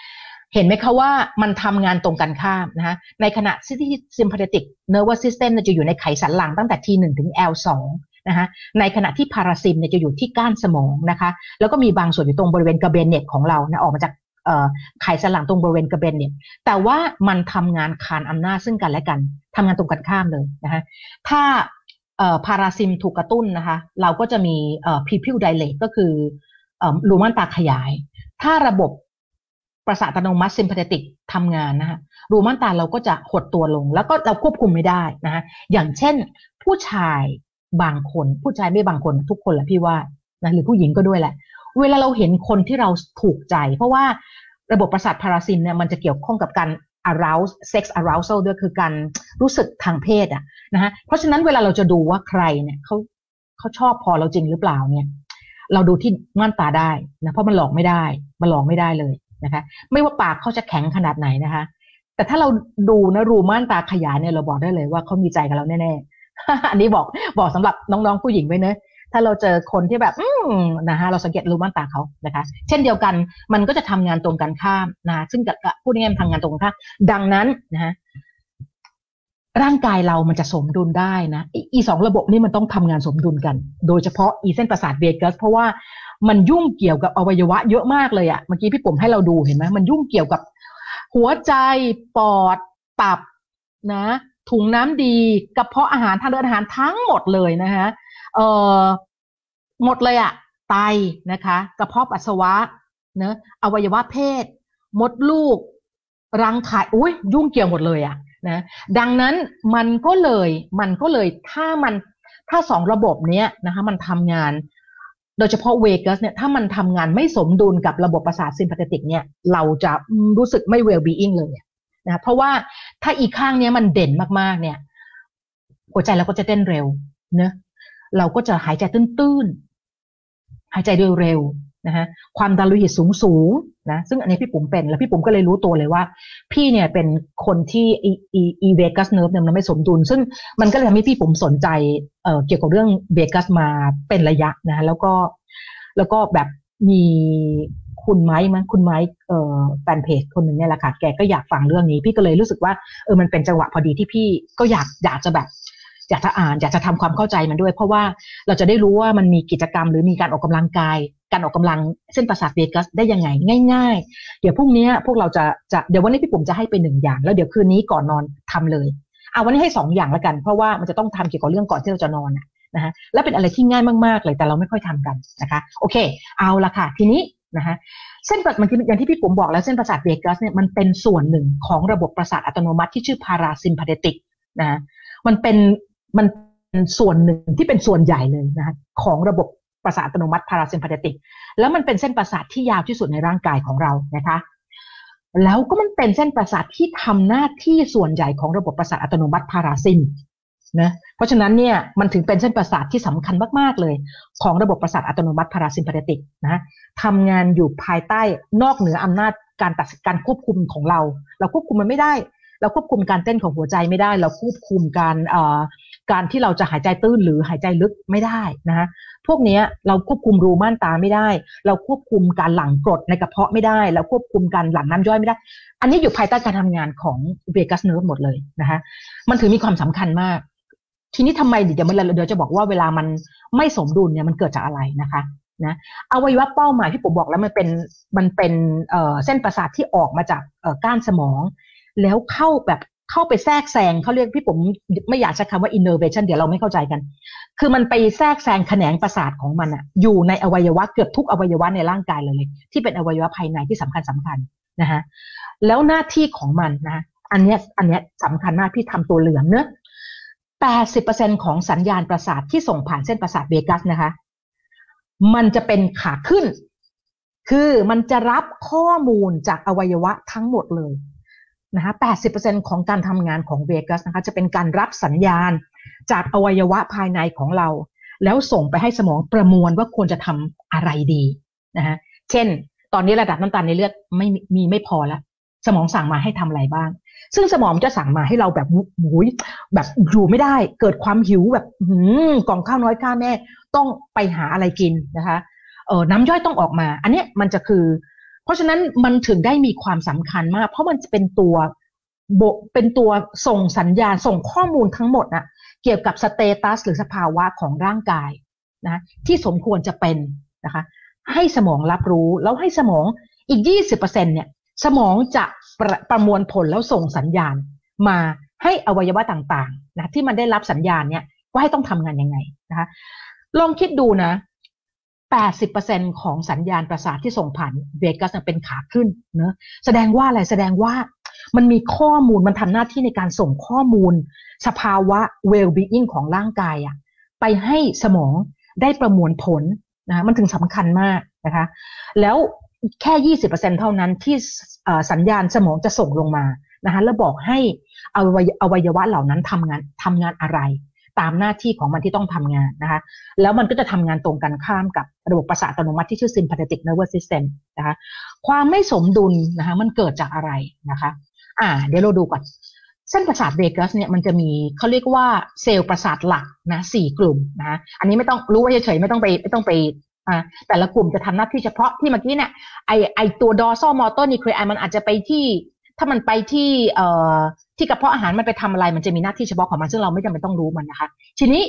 เห็นไหมคะว่ามันทำงานตรงกันข้ามนะคะในขณะที่ sympathetic nervous system จะอยู่ในไขสันหลังตั้งแต่ T1 ถึง L2 นะคะในขณะที่พาราซิมจะอยู่ที่ก้านสมองนะคะแล้วก็มีบางส่วนอยู่ตรงบริเวณกระเบนเน็ตของเรานะออกมาจากไขสันหลังตรงบริเวณกระเบนเน็ตแต่ว่ามันทำงานคานอำนาจซึ่งกันและกันทำงานตรงกันข้ามเลยนะคะถ้าพาราซิมถูกกระตุ้นนะคะเราก็จะมีpupil dilate ก็คือรูม่านตาขยายถ้าระบบประสาทอัตโนมัติ sympathetic ทำงานนะคะรูม่านตาเราก็จะหดตัวลงแล้วก็เราควบคุมไม่ได้นะคะอย่างเช่นผู้ชายบางคนผู้ชายไม่บางคนทุกคนแหละพี่ว่านะหรือผู้หญิงก็ด้วยแหละเวลาเราเห็นคนที่เราถูกใจเพราะว่าระบบประสาทพาราซิมเนี่ยมันจะเกี่ยวข้องกับการ arouse sex arousal ด้วยคือการรู้สึกทางเพศอ่ะนะคะเพราะฉะนั้นเวลาเราจะดูว่าใครเนี่ยเขาชอบพอเราจริงหรือเปล่าเนี่ยเราดูที่ม่านตาได้นะเพราะมันหลอกไม่ได้เลยนะคะไม่ว่าปากเขาจะแข็งขนาดไหนนะคะแต่ถ้าเราดูนะรูม่านตาขยายเนี่ยเราบอกได้เลยว่าเขามีใจกับเราแน่ๆ อันนี้บอกสำหรับน้องๆผู้หญิงไว้เนอะถ้าเราเจอคนที่แบบนะคะเราสังเกตรูม่านตาเขานะคะเช่นเดียวกันมันก็จะทำงานตรงกันข้ามนะซึ่งกับพูดง่ายๆมันทำงานตรงกันข้ามดังนั้นนะร่างกายเรามันจะสมดุลได้นะอีสองระบบนี้มันต้องทำงานสมดุลกันโดยเฉพาะอีเส้นประสาทเวกัสเพราะว่ามันยุ่งเกี่ยวกับอวัยวะเยอะมากเลยอะเมื่อกี้พี่ปุ๋มให้เราดูเห็นไหมมันยุ่งเกี่ยวกับหัวใจปอดตับนะถุงน้ำดีกระเพาะอาหารทางเดินอาหารทั้งหมดเลยนะคะหมดเลยอะไตนะคะกระเพาะปัสสาวะเนะอวัยวะเพศมดลูกรังไข่อุ้ยยุ่งเกี่ยวหมดเลยอะนะดังนั้นมันก็เลยถ้าสองระบบเนี้ยนะคะมันทำงานโดยเฉพาะเวกัสเนี่ยถ้ามันทำงานไม่สมดุลกับระบบประสาทซิมพาเทติกเนี่ยเราจะรู้สึกไม่เวลบีอิงเลยนะเพราะว่าถ้าอีกข้างเนี้ยมันเด่นมากๆเนี่ยหัวใจเราก็จะเต้นเร็วเนะเราก็จะหายใจตื้นๆหายใจเร็วๆนะคะความดันโลหิตสูงนะซึ่งอันนี้พี่ปุ๋มเป็นแล้วพี่ปุ๋มก็เลยรู้ตัวเลยว่าพี่เนี่ยเป็นคนที่อีเวกัสเนิร์ฟเนี่ยมันไม่สมดุลซึ่งมันก็เลยทำให้พี่ปุ๋มสนใจเกี่ยวกับเรื่องเวกัสมาเป็นระยะนะแล้วก็แบบมีคุณไม้แฟนเพจคนหนึ่งเนี่ยแหละค่ะแกก็อยากฟังเรื่องนี้พี่ก็เลยรู้สึกว่ามันเป็นจังหวะพอดีที่พี่ก็อยากจะแบบอยากจะอ่านอยากจะทำความเข้าใจมันด้วยเพราะว่าเราจะได้รู้ว่ามันมีกิจกรรมหรือมีการออกกำลังกายการออกกำลังเส้นประสาทเวกัสได้ยังไงง่ายๆเดี๋ยวพรุ่งนี้พวกเราจะเดี๋ยววันนี้พี่ปุ๋มจะให้ไป1อย่างแล้วเดี๋ยวคืนนี้ก่อนนอนทำเลยวันนี้ให้2อย่างแล้วกันเพราะว่ามันจะต้องทำเกี่ยวกับเรื่องก่อนที่เราจะนอนนะคะและเป็นอะไรที่ง่ายมากๆเลยแต่เราไม่ค่อยทำกันนะคะโอเคเอาละค่ะทีนี้นะคะเส้นมันอย่างที่พี่ปุ๋มบอกแล้วเส้นประสาทเวกัสเนี่ยมันเป็นส่วนหนึ่งของระบบประสาทอัตโนมัติที่ชื่อพาราซิมพาเทติกนะมันเป็นส่วนหนึ่งที่เป็นส่วนใหญ่เลยนะคะของระบบประสาทอัตโนมัติพาราซิมพาเทติกแล้วมันเป็นเส้นประสาทที่ยาวที่สุดในร่างกายของเรานะคะแล้วก็มันเป็นเส้นประสาทที่ทำหน้าที่ส่วนใหญ่ของระบบประสาทอัตโนมัติพาราซิมนะเพราะฉะนั้นเนี่ยมันถึงเป็นเส้นประสาทที่สำคัญมากๆเลยของระบบประสาทอัตโนมัติพาราซิมพาเทติกนะทำงานอยู่ภายใต้นอกเหนืออำนาจการควบคุมของเราควบคุมมันไม่ได้เราควบคุมการเต้นของหัวใจไม่ได้เราควบคุมการที่เราจะหายใจตื้นหรือหายใจลึกไม่ได้นะพวกนี้เราควบคุมรูม่านตาไม่ได้เราควบคุมการหลั่งกรดในกระเพาะไม่ได้เราควบคุมการหลั่งน้ำย่อยไม่ได้อันนี้อยู่ภายใต้การทำงานของเวกัสเนิร์ฟหมดเลยนะคะมันถึงมีความสำคัญมากทีนี้ทำไมเดี๋ยวจะบอกว่าเวลามันไม่สมดุลเนี่ยมันเกิดจากอะไรนะคะนะอวัยวะเป้าหมายที่ผมบอกแล้วมันเป็นเส้นประสาทที่ออกมาจากก้านสมองแล้วเข้าไปแทรกแซงเขาเรียกพี่ผมไม่อยากใช้คำว่า innervation เดี๋ยวเราไม่เข้าใจกันคือมันไปแทรกแซงแขนงประสาทของมันอยู่ในอวัยวะเกือบทุกอวัยวะในร่างกายเลยที่เป็นอวัยวะภายในที่สำคัญนะฮะแล้วหน้าที่ของมันนะอันเนี้ยสำคัญมากพี่ทำตัวเหลืองเนอะ 80% ของสัญญาณประสาทที่ส่งผ่านเส้นประสาทเวกัสนะคะมันจะเป็นขาขึ้นคือมันจะรับข้อมูลจากอวัยวะทั้งหมดเลยนะคะ 80% ของการทำงานของเวกัสนะคะจะเป็นการรับสัญญาณจากอวัยวะภายในของเราแล้วส่งไปให้สมองประมวลว่าควรจะทำอะไรดีนะคะเช่นตอนนี้ระดับน้ำตาลในเลือดไม่พอแล้วสมองสั่งมาให้ทำอะไรบ้างซึ่งสมองจะสั่งมาให้เราแบบแบบอยู่ไม่ได้เกิดความหิวแบบกล่องข้าวน้อยข้าแม่ต้องไปหาอะไรกินนะคะน้ำย่อยต้องออกมาอันนี้มันจะคือเพราะฉะนั้นมันถึงได้มีความสำคัญมากเพราะมันจะเป็นตัวส่งสัญญาณส่งข้อมูลทั้งหมดนะเกี่ยวกับสเตตัสหรือสภาวะของร่างกายนะที่สมควรจะเป็นนะคะให้สมองรับรู้แล้วให้สมองอีก 20% เนี่ยสมองจะประมวลผลแล้วส่งสัญญาณมาให้อวัยวะต่างๆนะที่มันได้รับสัญญาณเนี่ยว่าให้ต้องทำงานยังไงนะคะลองคิดดูนะ 80% ของสัญญาณประสาทที่ส่งผ่านเวกัสเป็นขาขึ้นเนอะแสดงว่าอะไรแสดงว่ามันมีข้อมูลมันทำหน้าที่ในการส่งข้อมูลสภาวะ well-being ของร่างกายอะไปให้สมองได้ประมวลผลนะมันถึงสำคัญมากนะคะแล้วแค่ 20% เท่านั้นที่สัญญาณสมองจะส่งลงมานะคะแล้วบอกให้อวัยวะเหล่านั้นทำงานอะไรตามหน้าที่ของมันที่ต้องทำงานนะคะแล้วมันก็จะทำงานตรงกันข้ามกับระบบประสาทอัตโนมัติที่ชื่อ sympathetic nervous system นะคะความไม่สมดุลนะคะมันเกิดจากอะไรนะคะเดี๋ยวเราดูก่อนเส้นประสาทเวกัสเนี่ยมันจะมีเขาเรียกว่าเซลล์ประสาทหลักนะ4 กลุ่มนะอันนี้ไม่ต้องรู้ไว้เฉยๆไม่ต้องไปแต่ละกลุ่มจะทำหน้าที่เฉพาะที่เมื่อกี้เนี่ยไอตัว dorsal motor nuclei มันอาจจะไปที่ถ้ามันไปที่กระเพาะอาหารมันไปทำอะไรมันจะมีหน้าที่เฉพาะของมันซึ่งเราไม่จำเป็นต้องรู้มันนะคะทีนี้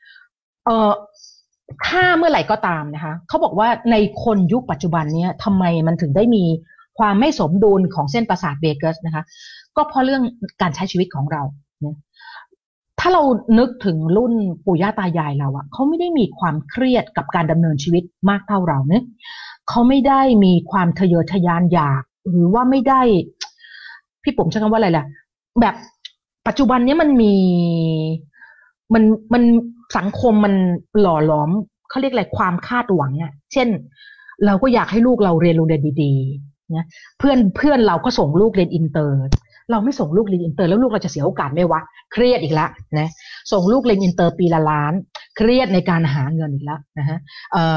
ถ้าเมื่อไหร่ก็ตามนะคะเขาบอกว่าในคนยุคปัจจุบันนี้ทำไมมันถึงได้มีความไม่สมดุลของเส้นประสาทเวกัสนะคะก็เพราะเรื่องการใช้ชีวิตของเราเนี่ยถ้าเรานึกถึงรุ่นปู่ย่าตายายเราอะเขาไม่ได้มีความเครียดกับการดำเนินชีวิตมากเท่าเราเนี่ยเขาไม่ได้มีความทะเยอทะยานอยากหรือว่าไม่ได้พี่ผมใช้คำว่าอะไรล่ะแบบปัจจุบันนี้มันสังคมมันหล่อหลอมเขาเรียกอะไรความคาดหวังอ่ะเช่นเราก็อยากให้ลูกเราเรียนโรงเรียนดีๆนะเพื่อนเราก็ส่งลูกเรียนอินเตอร์เราไม่ส่งลูกเรียนอินเตอร์แล้วลูกเราจะเสียโอกาสไหมวะเครียดอีกแล้วนะส่งลูกเรียนอินเตอร์ปีละล้านเครียดในการหาเงินอีกแล้วนะฮะ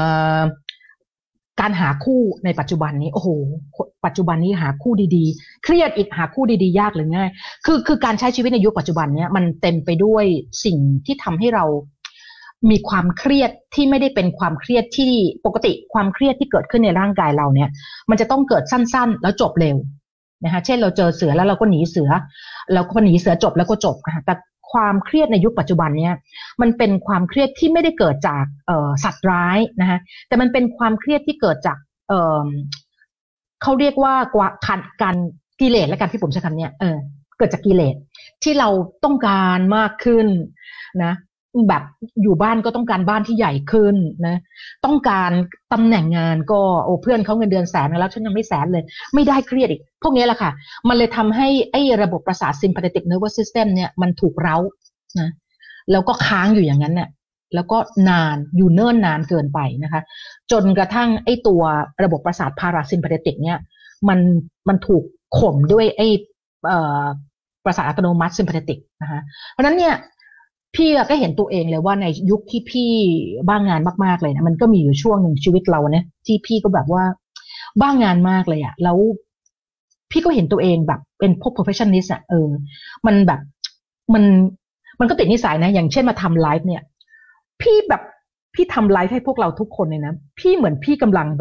การหาคู่ในปัจจุบันนี้โอ้โหปัจจุบันนี้หาคู่ดีๆเครียดอีกหาคู่ดีๆยากหรือง่ายคือการใช้ชีวิตในยุคปัจจุบันนี้มันเต็มไปด้วยสิ่งที่ทำให้เรามีความเครียดที่ไม่ได้เป็นความเครียดที่ปกติความเครียดที่เกิดขึ้นในร่างกายเราเนี่ยมันจะต้องเกิดสั้นๆแล้วจบเร็วนะคะเช่นเราเจอเสือแล้วเราก็หนีเสือเราก็หนีเสือจบแล้วก็จบนะคะแต่ความเครียดในยุคปัจจุบันเนี่ยมันเป็นความเครียดที่ไม่ได้เกิดจากสัตว์ร้ายนะคะแต่มันเป็นความเครียดที่เกิดจากเขาเรียกว่าการกิเลสและการที่ผมใช้คำนี้เกิดจากกิเลสที่เราต้องการมากขึ้นนะแบบอยู่บ้านก็ต้องการบ้านที่ใหญ่ขึ้นนะต้องการตำแหน่งงานก็เพื่อนเขาเงินเดือนแสนแล้วฉันยังไม่แสนเลยไม่ได้เครียดอีกพวกนี้แหละค่ะมันเลยทำให้ไอ้ระบบประสาท sympathetic nervous system เนี่ยมันถูกเร้านะแล้วก็ค้างอยู่อย่างนั้นเนี่ยแล้วก็นานอยู่เนิ่นนานเกินไปนะคะจนกระทั่งไอ้ตัวระบบประสาท parasympathetic เนี่ยมันถูกข่มด้วยไอ้ประสาทอัตโนมัติ sympathetic นะคะเพราะนั้นเนี่ยพี่ก็เห็นตัวเองเลยว่าในยุคที่พี่บ้างงานมากๆเลยนะมันก็มีอยู่ช่วงหนึ่งชีวิตเราเนี่ยที่พี่ก็แบบว่าบ้างงานมากเลยอะแล้วพี่ก็เห็นตัวเองแบบเป็นพวก professionalist อะมันแบบมันก็ติดนิสัยนะอย่างเช่นมาทำไลฟ์เนี่ยพี่ทำไลฟ์ให้พวกเราทุกคนเลยนะพี่เหมือนพี่กำลัง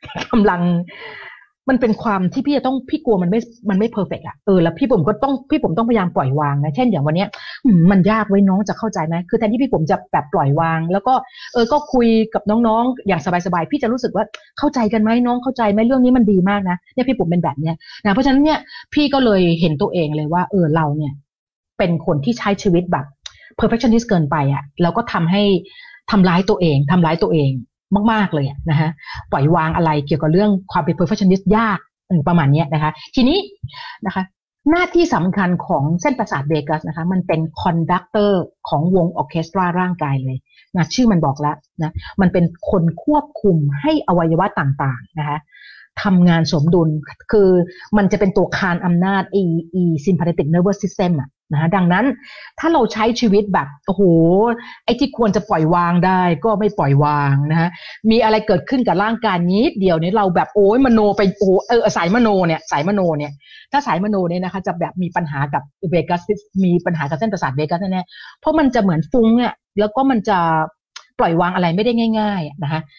มันเป็นความที่พี่กลัวมันไม่เพอร์เฟกต์อ่ะแล้วพี่ผมต้องพยายามปล่อยวางนะเช่นอย่างวันนี้มันยากไว้น้องจะเข้าใจไหมคือแทนที่พี่ผมจะแบบปล่อยวางแล้วก็ก็คุยกับน้องๆอย่างสบายๆพี่จะรู้สึกว่าเข้าใจกันไหมน้องเข้าใจไหมเรื่องนี้มันดีมากนะเนี่ยพี่ผมเป็นแบบเนี้ยนะเพราะฉะนั้นเนี่ยพี่ก็เลยเห็นตัวเองเลยว่าเราเนี่ยเป็นคนที่ใช้ชีวิตแบบ perfectionist เกินไปอ่ะแล้วก็ทำร้ายตัวเองมากๆเลยนะฮะปล่อยวางอะไรเกี่ยวกับเรื่องความเป็น perfectionist ยากประมาณนี้นะคะทีนี้นะคะหน้าที่สำคัญของเส้นประสาทเวกัสนะคะมันเป็นคอนดักเตอร์ของวงออร์เคสตราร่างกายเลยนะชื่อมันบอกแล้วนะมันเป็นคนควบคุมให้อวัยวะต่างๆนะคะทำงานสมดุลคือมันจะเป็นตัวคานอำนาจsympathetic nervous system อะนะดังนั้นถ้าเราใช้ชีวิตแบบโอ้โหไอ้ที่ควรจะปล่อยวางได้ก็ไม่ปล่อยวางนะฮะมีอะไรเกิดขึ้นกับร่างกายนิดเดียวนี้เราแบบโอ้ยมโนไปโอ้สายมโนเนี่ยถ้าสายมโนเนี่ยนะคะจะแบบมีปัญหากับเวกัสมีปัญหากับเส้นประสาทเวกัสแน่ๆเพราะมันจะเหมือนฟุ้งเนี่ยแล้วก็มันจะปล่อยวางอะไรไม่ได้ง่ายๆนะคะ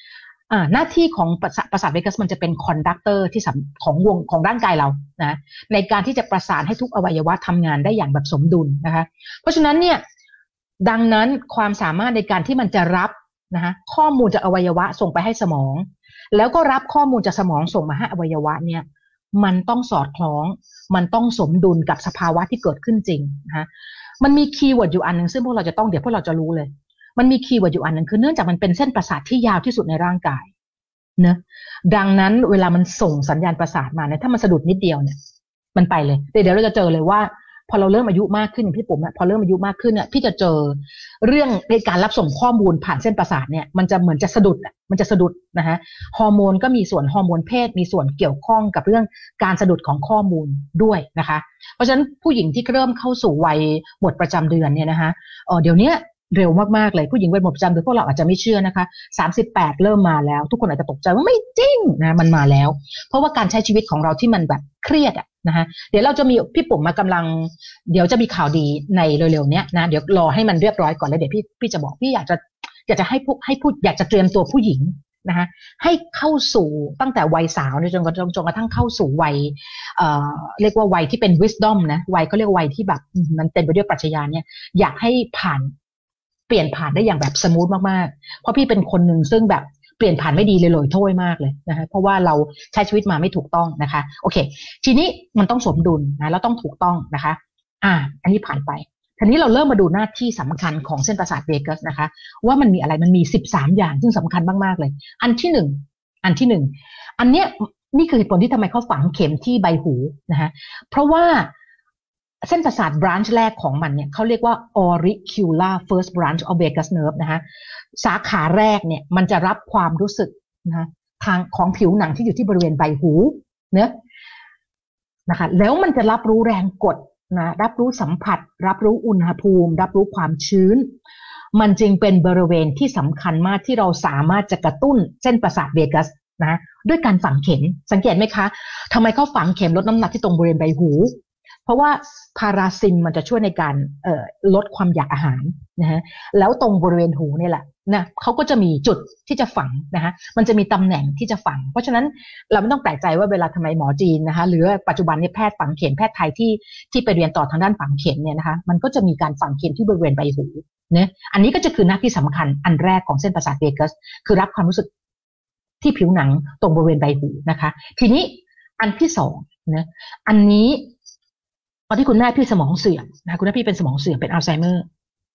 หน้าที่ของประสาทเวกัสมันจะเป็นคอนดักเตอร์ที่ของวงของร่างกายเรานะในการที่จะประสานให้ทุกอวัยวะทำงานได้อย่างแบบสมดุลนะคะเพราะฉะนั้นเนี่ยดังนั้นความสามารถในการที่มันจะรับนะคะข้อมูลจากอวัยวะส่งไปให้สมองแล้วก็รับข้อมูลจากสมองส่งมาให้อวัยวะเนี่ยมันต้องสอดคล้องมันต้องสมดุลกับสภาวะที่เกิดขึ้นจริงนะคะมันมีคีย์เวิร์ดอยู่อันหนึ่งซึ่งพวกเราจะต้องเดี๋ยวพวกเราจะรู้เลยมันมีคีย์เวิร์ดอยู่อันหนึ่งคือเนื่องจากมันเป็นเส้นประสาทที่ยาวที่สุดในร่างกายเนะดังนั้นเวลามันส่งสัญญาณประสาทมาเนี่ยถ้ามันสะดุดนิดเดียวเนี่ยมันไปเลยเดี๋ยวเราจะเจอเลยว่าพอเราเริ่มอายุมากขึ้นพี่ผมพอเริ่มอายุมากขึ้นเนี่ยพี่จะเจอเรื่องในการรับส่งข้อมูลผ่านเส้นประสาทเนี่ยมันจะเหมือนจะสะดุดมันจะสะดุดนะฮะฮอร์โมนก็มีส่วนฮอร์โมนเพศมีส่วนเกี่ยวข้องกับเรื่องการสะดุดของข้อมูลด้วยนะคะเพราะฉะนั้นผู้หญิงที่เริ่มเข้าสู่วัยหมดประจำเดือนเนี่ยนะคะเดี๋ยวนี้เร็วมากๆเลยผู้หญิงวัยหมดประจำเดือนพวกเราอาจจะไม่เชื่อนะคะ38เริ่มมาแล้วทุกคนอาจจะตกใจว่าไม่จริงนะมันมาแล้วเพราะว่าการใช้ชีวิตของเราที่มันแบบเครียดอะนะคะเดี๋ยวเราจะมีพี่ปุ๋มมากำลังเดี๋ยวจะมีข่าวดีในเร็วๆนี้นะเดี๋ยวรอให้มันเรียบร้อยก่อนแล้วเดี๋ยวพี่จะบอกพี่อยากจะให้พูดอยากจะเตรียมตัวผู้หญิงนะคะให้เข้าสู่ตั้งแต่วัยสาวจนกระทั่งเข้าสู่วัยเรียกว่าวัยที่เป็น wisdom นะวัยก็เรียกวัยที่แบบมันเต็มไปด้วยปรัชญาเนี่ยอยากให้เปลี่ยนผ่านได้อย่างแบบสมูทมากๆเพราะพี่เป็นคนหนึ่งซึ่งแบบเปลี่ยนผ่านไม่ดีเลยโทษมากเลยนะคะเพราะว่าเราใช้ชีวิตมาไม่ถูกต้องนะคะโอเคทีนี้มันต้องสมดุลนะแล้วต้องถูกต้องนะคะอันนี้ผ่านไปทีนี้เราเริ่มมาดูหน้าที่สำคัญของเส้นประสาทเวกัสนะคะว่ามันมีอะไรมันมี13อย่างซึ่งสำคัญมากๆเลยอันที่หนึ่งอันเนี้ยนี่คือเหตุผลที่ทำไมเขาฝังเข็มที่ใบหูนะคะเพราะว่าเส้นประสาท branch แรกของมันเนี่ยเขาเรียกว่า auricular first branch of vagus nerve นะคะสาขาแรกเนี่ยมันจะรับความรู้สึกนะคะทางของผิวหนังที่อยู่ที่บริเวณใบหูเนอะนะคะแล้วมันจะรับรู้แรงกดนะรับรู้สัมผัสรับรู้อุณหภูมิรับรู้ความชื้นมันจึงเป็นบริเวณที่สำคัญมากที่เราสามารถจะกระตุ้นเส้นประสาทเวกัสนะด้วยการฝังเข็มสังเกตไหมคะทำไมเขาฝังเข็มลดน้ำหนักที่ตรงบริเวณใบหูเพราะว่าพาราซินมันจะช่วยในการลดความอยากอาหารนะฮะแล้วตรงบริเวณหูนี่แหละนะเขาก็จะมีจุดที่จะฝังนะฮะมันจะมีตำแหน่งที่จะฝังเพราะฉะนั้นเราไม่ต้องแปลกใจว่าเวลาทำไมหมอจีนนะคะหรือปัจจุบันนี้แพทย์ฝังเข็มแพทย์ไทยที่ไปเรียนต่อทางด้านฝังเข็มเนี่ยนะคะมันก็จะมีการฝังเข็มที่บริเวณใบหูเนี่ยอันนี้ก็จะคือหน้าที่สำคัญอันแรกของเส้นประสาทเวกัสคือรับความรู้สึกที่ผิวหนังตรงบริเวณใบหูนะคะทีนี้อันที่สองนะอันนี้ตอนที่คุณแม่พี่สมองเสื่อมนะคุณแม่พี่เป็นสมองเสื่อมเป็นอัลไซเมอร์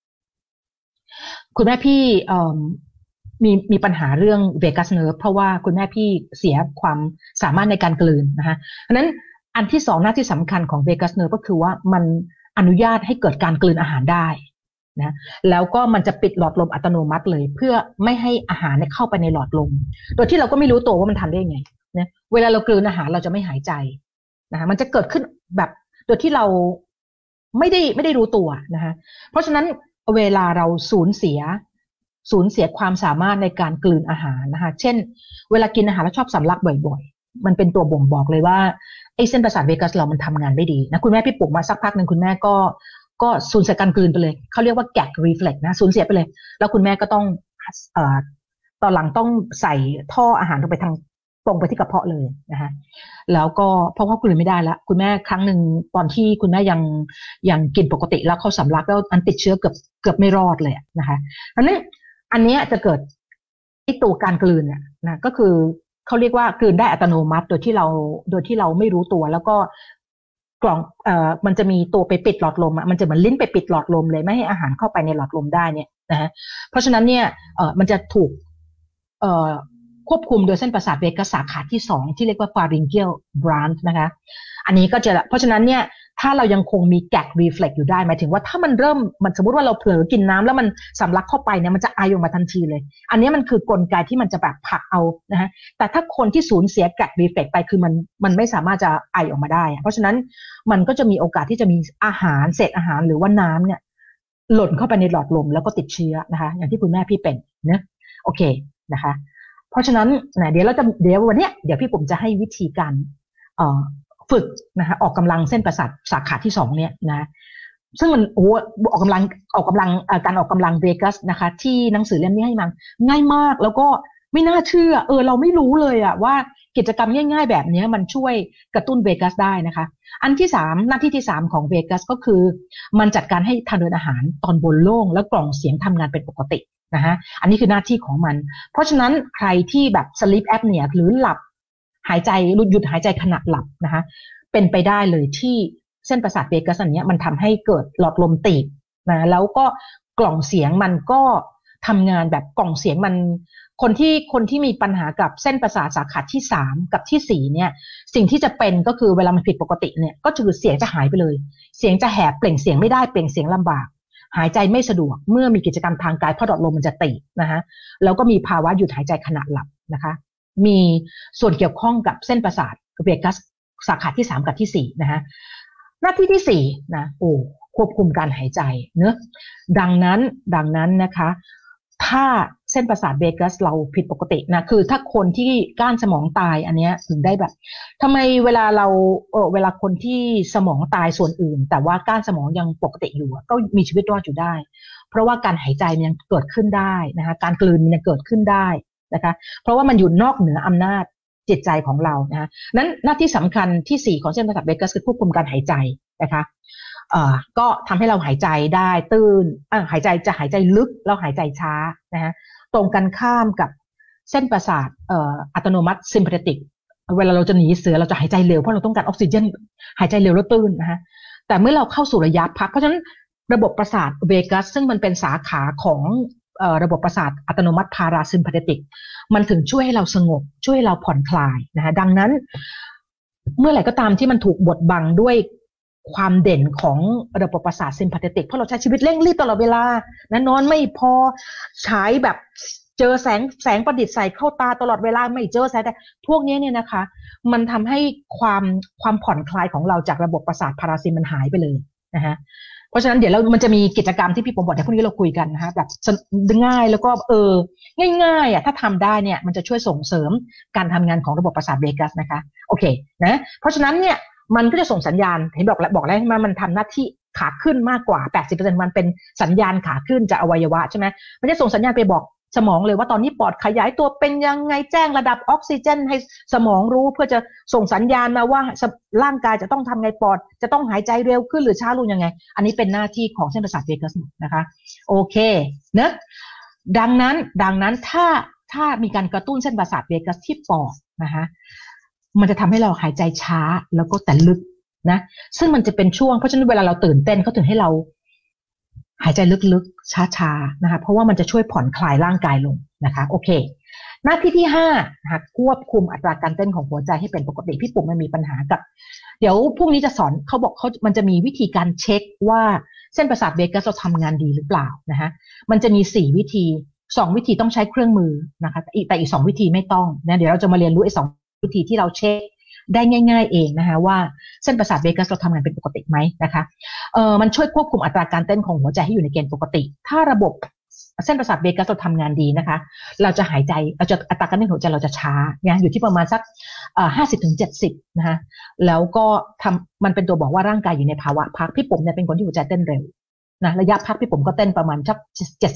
คุณแม่พี่มีปัญหาเรื่องเวกัสเนิร์ฟเพราะว่าคุณแม่พี่เสียความสามารถในการกลืนนะคะเพราะนั้นอันที่สองหน้าที่สำคัญของเวกัสเนิร์ฟก็คือว่ามันอนุญาตให้เกิดการกลืนอาหารได้นะแล้วก็มันจะปิดหลอดลมอัตโนมัติเลยเพื่อไม่ให้อาหารเข้าไปในหลอดลมโดยที่เราก็ไม่รู้ตัวว่ามันทำได้ยังไงนะเวลาเรากลืนอาหารเราจะไม่หายใจนะคะมันจะเกิดขึ้นแบบโดยที่เราไม่ได้รู้ตัวนะคะเพราะฉะนั้นเวลาเราสูญเสียความสามารถในการกลืนอาหารนะคะเช่นเวลากินอาหารแล้วชอบสำลักบ่อยๆมันเป็นตัวบ่งบอกเลยว่าไอ้เส้นประสาทเวกัสเรามันทำงานไม่ดีนะคุณแม่พี่ปลุกมาสักพักหนึ่งคุณแม่ก็สูญเสียการกลืนไปเลยเขาเรียกว่าแกกรีเฟล็กนะสูญเสียไปเลยแล้วคุณแม่ก็ต้องตอนหลังต้องใส่ท่ออาหารลงไปตรงไปที่กระเพาะเลยนะคะแล้วก็เพราะว่ากลืนไม่ได้แล้วคุณแม่ครั้งหนึ่งตอนที่คุณแม่ยังกินปกติแล้วเขาสำลักแล้วอันติดเชื้อเกือบไม่รอดเลยนะคะเพราะฉะนั้นอันนี้จะเกิดไอตัวการกลืนนะก็คือเขาเรียกว่ากลืนได้อัตโนมัติโดยที่เราไม่รู้ตัวแล้วก็กล่องมันจะมีตัวไปปิดหลอดลมมันจะเหมือนลิ้นไปปิดหลอดลมเลยไม่ให้อาหารเข้าไปในหลอดลมได้เนี่ยนะฮะเพราะฉะนั้นเนี่ยมันจะถูกควบคุมโดยเส้นประสาทเวกัสสาขาที่2ที่เรียกว่า pharyngeal branch นะคะอันนี้ก็จะเพราะฉะนั้นเนี่ยถ้าเรายังคงมี gag reflex อยู่ได้หมายถึงว่าถ้ามันสมมติว่าเราเผลอกินน้ำแล้วมันสำลักเข้าไปเนี่ยมันจะไอออกมาทันทีเลยอันนี้มันคือกลไกที่มันจะแบบผลักเอานะฮะแต่ถ้าคนที่สูญเสีย gag reflex ไปคือมันไม่สามารถจะไอออกมาได้เพราะฉะนั้นมันก็จะมีโอกาสที่จะมีอาหารเศษอาหารหรือว่าน้ำเนี่ยหล่นเข้าไปในหลอดลมแล้วก็ติดเชื้อนะคะอย่างที่คุณแม่พี่เป็นนะโอเคนะคะเพราะฉะนั้นเดี๋ยววันนี้เดี๋ยวพี่ผมจะให้วิธีการฝึกนะคะออกกำลังเส้นประสาทสาขาที่2เนี่ยนะซึ่งมันออกกำลังการออกกำลังเวกัสนะคะที่หนังสือเล่มนี้ให้มันง่ายมากแล้วก็ไม่น่าเชื่อเราไม่รู้เลยอะว่ากิจกรรมง่ายๆแบบนี้มันช่วยกระตุ้นเวกัสได้นะคะอันที่สามหน้าที่ที่สามของเวกัสก็คือมันจัดการให้ทางเดินอาหารตอนบนโล่งและกล่องเสียงทำงานเป็นปกตินะฮะอันนี้คือหน้าที่ของมันเพราะฉะนั้นใครที่แบบ sleep apnea หรือหลับหายใจหยุดหายใจขณะหลับนะคะเป็นไปได้เลยที่เส้นประสาทเวกัสอันนี้มันทำให้เกิดหลอดลมตีบนะแล้วก็กล่องเสียงมันก็ทำงานแบบกล่องเสียงมันคนที่มีปัญหากับเส้นประสาทสาขาที่3กับที่4เนี่ยสิ่งที่จะเป็นก็คือเวลามันผิดปกติเนี่ยก็คือเสียงจะหายไปเลยเสียงจะแหบเปล่งเสียงไม่ได้เปล่งเสียงลำบากหายใจไม่สะดวกเมื่อมีกิจกรรมทางกายเพราะหลอดลมมันจะตีบนะคะแล้วก็มีภาวะหยุดหายใจขณะหลับนะคะมีส่วนเกี่ยวข้องกับเส้นประสาทเวกัสสาขาที่3กับที่4นะคะหน้าที่ที่4นะควบคุมการหายใจเนอะดังนั้นนะคะถ้าเส้นประสาทเวกัสเราผิดปกตินะคือถ้าคนที่ก้านสมองตายอันเนี้ยถึงได้แบบทำไมเวลาคนที่สมองตายส่วนอื่นแต่ว่าก้านสมองยังปกติอยู่ก็มีชีวิตรอดอยู่ได้เพราะว่าการหายใจมันยังเกิดขึ้นได้นะคะการกลืนมันยังเกิดขึ้นได้นะคะเพราะว่ามันอยู่นอกเหนืออำนาจจิตใจของเรานะคะนั้นหน้าที่สำคัญที่4ของเส้นประสาทเวกัสคือควบคุมการหายใจนะคะก็ทำให้เราหายใจได้ตื้นหายใจลึกเราหายใจช้านะฮะตรงกันข้ามกับเส้นประสาทอัตโนมัติซิมพาเทติกเวลาเราจะหนีเสือเราจะหายใจเร็วเพราะเราต้องการออกซิเจนหายใจเร็วแล้วตื้นนะฮะแต่เมื่อเราเข้าสู่ระยะพักเพราะฉะนั้นระบบประสาทเวกัสซึ่งมันเป็นสาขาของระบบประสาทอัตโนมัติพาราซิมพาเทติกมันถึงช่วยให้เราสงบช่วยให้เราผ่อนคลายนะฮะดังนั้นเมื่อไหร่ก็ตามที่มันถูกบดบังด้วยความเด่นของระบบประสาทซิมพาเทติกเพราะเราใช้ชีวิตเร่งรีบตลอดเวลานะนอนไม่พอฉายแบบเจอแสงประดิษฐ์ใส่เข้าตาตลอดเวลาไม่เจอแสงแต่พวกนี้เนี่ยนะคะมันทำให้ความผ่อนคลายของเราจากระบบประสาทพาราซิมมันหายไปเลยนะฮะเพราะฉะนั้นเดี๋ยวมันจะมีกิจกรรมที่พี่ผมบอกในพวกนี้เราคุยกันนะคะแบบง่ายแล้วก็ง่ายถ้าทำได้เนี่ยมันจะช่วยส่งเสริมการทำงานของระบบประสาทเวกัสนะคะโอเคนะเพราะฉะนั้นเนี่ยมันก็จะส่งสัญญาณเห็นบอกแล้วมันทำหน้าที่ขาขึ้นมากกว่า 80% มันเป็นสัญญาณขาขึ้นจากอวัยวะใช่ไหมมันจะส่งสัญญาณไปบอกสมองเลยว่าตอนนี้ปอดขยายตัวเป็นยังไงแจ้งระดับออกซิเจนให้สมองรู้เพื่อจะส่งสัญญาณมาว่าร่างกายจะต้องทำไงปอดจะต้องหายใจเร็วขึ้นหรือช้าลงยังไงอันนี้เป็นหน้าที่ของเส้นประสาทเวกัสนะคะโอเคนะดังนั้นถ้ามีการกระตุ้นเส้นประสาทเวกัสที่ปอดนะคะมันจะทำให้เราหายใจช้าแล้วก็แต่ลึกนะซึ่งมันจะเป็นช่วงเพราะฉะนั้นเวลาเราตื่นเต้นเขาถึงให้เราหายใจลึกๆช้าๆนะคะเพราะว่ามันจะช่วยผ่อนคลายร่างกายลงนะคะโอเคหน้าที่ที่5นะคะควบคุมอัตราการเต้นของหัวใจให้เป็นปกติพี่ปุ๋มมันมีปัญหากับเดี๋ยวพรุ่งนี้จะสอนเขาบอกมันจะมีวิธีการเช็คว่าเส้นประสาทเวกัสเราทำงานดีหรือเปล่านะคะมันจะมี4วิธี2วิธีต้องใช้เครื่องมือนะคะแต่อีก2วิธีไม่ต้องนะเดี๋ยวเราจะมาเรียนรู้ไอ้2วิธีที่เราเช็คได้ง่ายๆเองนะคะว่าเส้นประสาทเวกัสเราทำงานเป็นปกติไหมนะคะมันช่วยควบคุมอัตราการเต้นของหัวใจให้อยู่ในเกณฑ์ปกติถ้าระบบเส้นประสาทเวกัสเราทำงานดีนะคะเราจะอัตราการเต้นของหัวใจเราจะช้าเนี่ยอยู่ที่ประมาณสัก50-70นะคะแล้วก็มันเป็นตัวบอกว่าร่างกายอยู่ในภาวะพักพี่ปุ๋มเนี่ยเป็นคนที่หัวใจเต้นเร็วนะระยะพักพี่ปุ๋มก็เต้นประมาณสัก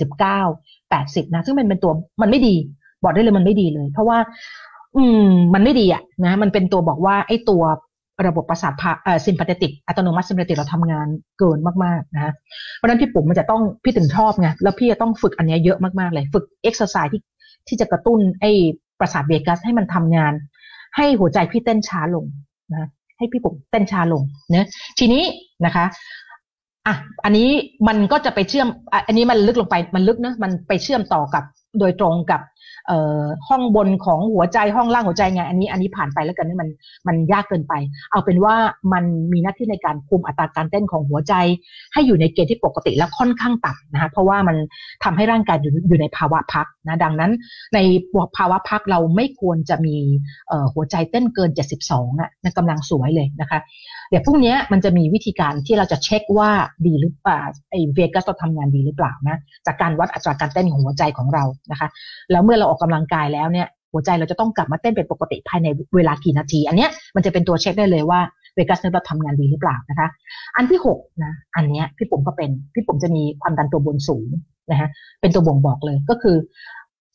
79-80นะซึ่งมันเป็นตัวมันไม่ดีบอกได้เลยมันไม่ดีเลยเพราะว่ามันไม่ดีอ่ะนะมันเป็นตัวบอกว่าไอ้ตัวระบบประสาทซิมพาเทติกอัตโนมัติซิมพาเทติกเราทำงานเกินมากๆนะเพราะฉะนั้นพี่ปุ๋มมันจะต้องพี่ถึงชอบไงแล้วพี่จะต้องฝึกอันนี้เยอะมากๆเลยฝึกเอ็กซ์ไซส์ที่จะกระตุ้นไอ้ประสาทเวกัสให้มันทำงานให้หัวใจพี่เต้นช้าลงนะให้พี่ปุ๋มเต้นช้าลงนะทีนี้นะคะอันนี้มันก็จะไปเชื่อมอันนี้มันลึกลงไปมันลึกนะมันไปเชื่อมต่อกับโดยตรงกับห้องบนของหัวใจห้องล่างหัวใจไงอันนี้ผ่านไปแล้วกันนี่มันยากเกินไปเอาเป็นว่ามันมีหน้าที่ในการคุมอัตราการเต้นของหัวใจให้อยู่ในเกณฑ์ที่ปกติและค่อนข้างต่ำนะคะเพราะว่ามันทำให้ร่างกายอยู่ในภาวะพักนะดังนั้นในภาวะพักเราไม่ควรจะมีหัวใจเต้นเกิน72ในกำลังสวยเลยนะคะเดี๋ยวพรุ่งนี้มันจะมีวิธีการที่เราจะเช็คว่าดีหรือเปล่าไอ้เวกัสเราทำงานดีหรือเปล่านะจากการวัดอัตราการเต้นของหัวใจของเรานะคะแล้วเมื่อเราออกกำลังกายแล้วเนี่ยหัวใจเราจะต้องกลับมาเต้นเป็นปกติภายในเวลากี่นาทีอันเนี้ยมันจะเป็นตัวเช็คได้เลยว่าเวกัสเราทำงานดีหรือเปล่านะคะอันที่6นะอันเนี้ยพี่ปุ๋มจะมีความดันตัวบนสูงนะฮะเป็นตัวบ่งบอกเลยก็คือ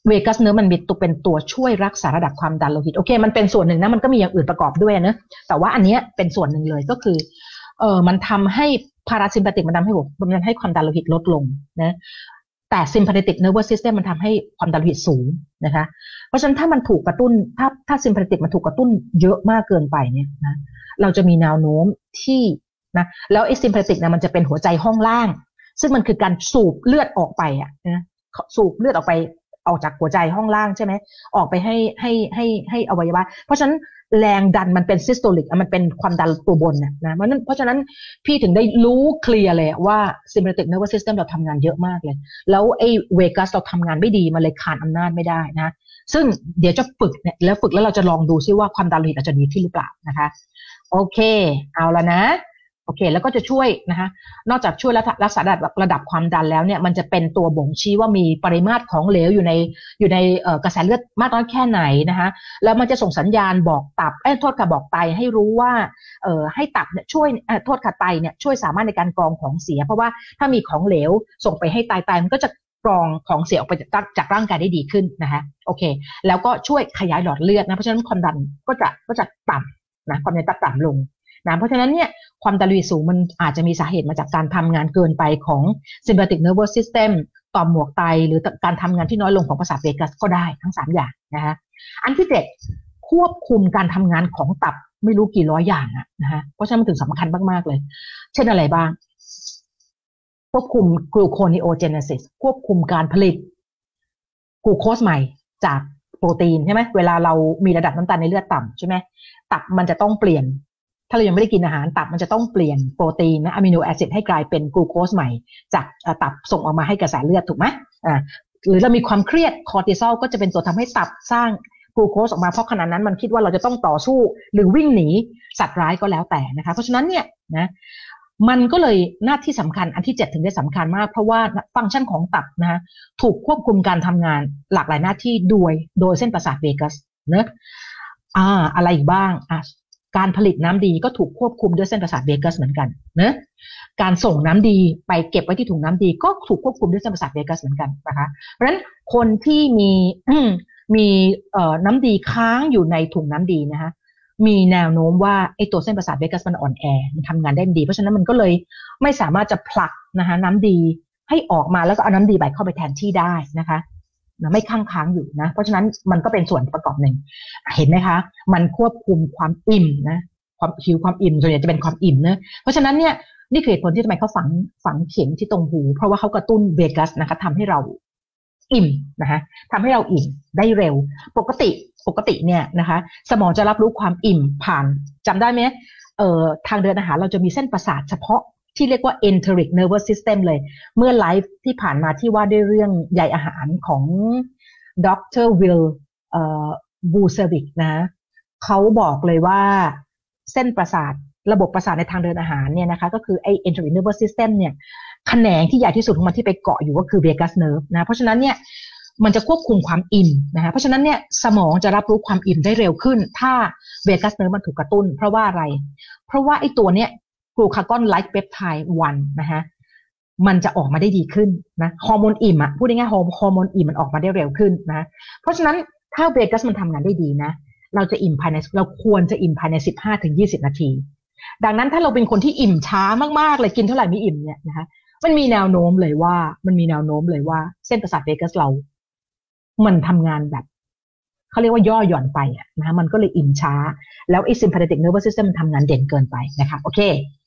เวกัสเนื้อมันมีตัวเป็นตัวช่วยรักษาระดับความดันโลหิตโอเคมันเป็นส่วนหนึ่งนะมันก็มีอย่างอื่นประกอบด้วยนะแต่ว่าอันนี้เป็นส่วนหนึ่งเลยก็คือมันทำให้พาราซิมพาติกมันทำให้ความดันโลหิตลดลงนะแต่ซิมพาติกเนอร์วัสซิสเต็มมันทำให้ความดันโลหิตสูงนะคะเพราะฉะนั้นถ้ามันถูกกระตุ้นถ้าซิมพาติกมันถูกกระตุ้นเยอะมากเกินไปเนี่ยนะเราจะมีแนวโน้มที่นะแล้วไอ้ซิมพาติกนะมันจะเป็นหัวใจห้องล่างซึ่งมันคือการสูบเลือดออกไปอ่ะนะสูบเลือดออกไปออกจากหัวใจห้องล่างใช่ไหมออกไปให้อวัยวะเพราะฉะนั้นแรงดันมันเป็นซิสโตลิกมันเป็นความดันตัวบนนะเพราะฉะนั้นพี่ถึงได้รู้เคลียร์เลยว่า sympathetic nervous system เราทำงานเยอะมากเลยแล้วไอ้เวกัสเราทำงานไม่ดีมันเลยขานอำนาจไม่ได้นะซึ่งเดี๋ยวจะฝึกเนี่ยแล้วฝึกแล้วเราจะลองดูซิว่าความดันโลหิตเราจะดีขึ้นหรือเปล่านะคะโอเคเอาละนะโอเคแล้วก็จะช่วยนะคะนอกจากช่วยรักษาระดับความดันแล้วเนี่ยมันจะเป็นตัวบ่งชี้ว่ามีปริมาตรของเหลวอยู่ในกระแสเลือดมากน้อยแค่ไหนนะคะแล้วมันจะส่งสัญญาณบอกตับโทษค่ะบอกไตให้รู้ว่าให้ตับเนี่ยช่วยโทษค่ะไตเนี่ยช่วยสามารถในการกรองของเสียเพราะว่าถ้ามีของเหลวส่งไปให้ไตมันก็จะกรองของเสียออกไปจากร่างกายได้ดีขึ้นนะคะโอเคแล้วก็ช่วยขยายหลอดเลือดนะเพราะฉะนั้นความดันก็จะต่ำนะความดันต่ำลงนะเพราะฉะนั้นเนี่ยความดันโลหิตสูงมันอาจจะมีสาเหตุมาจากการทำงานเกินไปของ sympathetic nervous system ต่อมหมวกไตหรือการทำงานที่น้อยลงของประสาทเวกัสก็ได้ทั้ง3อย่างนะคะอันที่7ควบคุมการทำงานของตับไม่รู้กี่ร้อยอย่างนะคะเพราะฉะนั้นมันถึงสำคัญมากๆเลยเช่นอะไรบ้างควบคุมกลูโคนิโอเจเนซิสควบคุมการผลิตกลูโคสใหม่จากโปรตีนใช่ไหมเวลาเรามีระดับน้ำตาลในเลือดต่ำใช่ไหมตับมันจะต้องเปลี่ยนถ้าเรายังไม่ได้กินอาหารตับมันจะต้องเปลี่ยนโปรตีนนะอะมิโนแอซิดให้กลายเป็นกลูโคสใหม่จากตับส่งออกมาให้กระแสเลือดถูกไหมหรือเรามีความเครียดคอร์ติซอลก็จะเป็นตัวทำให้ตับสร้างกลูโคสออกมาเพราะขณะนั้นมันคิดว่าเราจะต้องต่อสู้หรือวิ่งหนีสัตว์ร้ายก็แล้วแต่นะคะเพราะฉะนั้นเนี่ยนะมันก็เลยหน้าที่สำคัญอันที่7ถึงได้สำคัญมากเพราะว่าฟังก์ชันของตับนะถูกควบคุมการทำงานหลากหลายหน้าที่โดยเส้นประสาทเวกัสเนอะอะไรอีกบ้างการผลิตน้ำดีก็ถูกควบคุมด้วยเส้นประสาทเวกัสเหมือนกันนะการส่งน้ำดีไปเก็บไว้ที่ถุงน้ำดีก็ถูกควบคุมด้วยเส้นประสาทเวกัสเหมือนกันนะคะเพราะฉะนั้นคนที่มีน้ำดีค้างอยู่ในถุงน้ำดีนะคะมีแนวโน้มว่าไอ้ตัวเส้นประสาทเวกัสมันอ่อนแอมันทำงานได้ดีเพราะฉะนั้นมันก็เลยไม่สามารถจะผลักนะคะน้ำดีให้ออกมาแล้วก็เอาน้ำดีไปเข้าไปแทนที่ได้นะคะไม่ค้างอยู่นะเพราะฉะนั้นมันก็เป็นส่วนประกอบหนึ่งเห็นไหมคะมันควบคุมความอิ่มนะความหิวความอิ่มส่วนใหญ่จะเป็นความอิ่มนะเพราะฉะนั้นเนี่ยนี่คือเหตุผลที่ทำไมเขาฝังเข็มที่ตรงหูเพราะว่าเขากระตุ้นเวกัสนะคะทำให้เราอิ่มนะคะทำให้เราอิ่มได้เร็วปกติเนี่ยนะคะสมองจะรับรู้ความอิ่มผ่านจำได้ไหมทางเดินอาหารเราจะมีเส้นประสาทเฉพาะที่เรียกว่า enteric nervous system เลยเมื่อไลฟ์ที่ผ่านมาที่ว่าด้วยเรื่องใยอาหารของดร.วิลบูเซวิกนะเขาบอกเลยว่าเส้นประสาทระบบประสาทในทางเดินอาหารเนี่ยนะคะก็คือไอ้ enteric nervous system เนี่ยแขนงที่ใหญ่ที่สุดของมันที่ไปเกาะอยู่ก็คือ vagus nerve นะเพราะฉะนั้นเนี่ยมันจะควบคุมความอิ่มนะคะเพราะฉะนั้นเนี่ยสมองจะรับรู้ความอิ่มได้เร็วขึ้นถ้า vagus nerve มันถูกกระตุ้นเพราะว่าอะไรเพราะว่าไอ้ตัวเนี้ยกลูคากอนไลค์เปปไทด์1นะคะมันจะออกมาได้ดีขึ้นนะฮอร์โมนอิ่มพูดง่ายๆฮอร์โมนอิ่มมันออกมาได้เร็วขึ้นนะเพราะฉะนั้นถ้าเวกัสมันทำงานได้ดีนะเราควรจะอิ่มภายใน15-20 นาทีดังนั้นถ้าเราเป็นคนที่อิ่มช้ามากๆเลยกินเท่าไหร่ไม่อิ่มเนี่ยนะคะมันมีแนวโน้มเลยว่าเส้นประสาทเวกัสเรามันทำงานแบบเขาเรียกว่าย่อหย่อนไปนะมันก็เลยอิ่มช้าแล้วไอ้ sympathetic nervous system มันทำงานเด่นเกินไปนะคะโอเค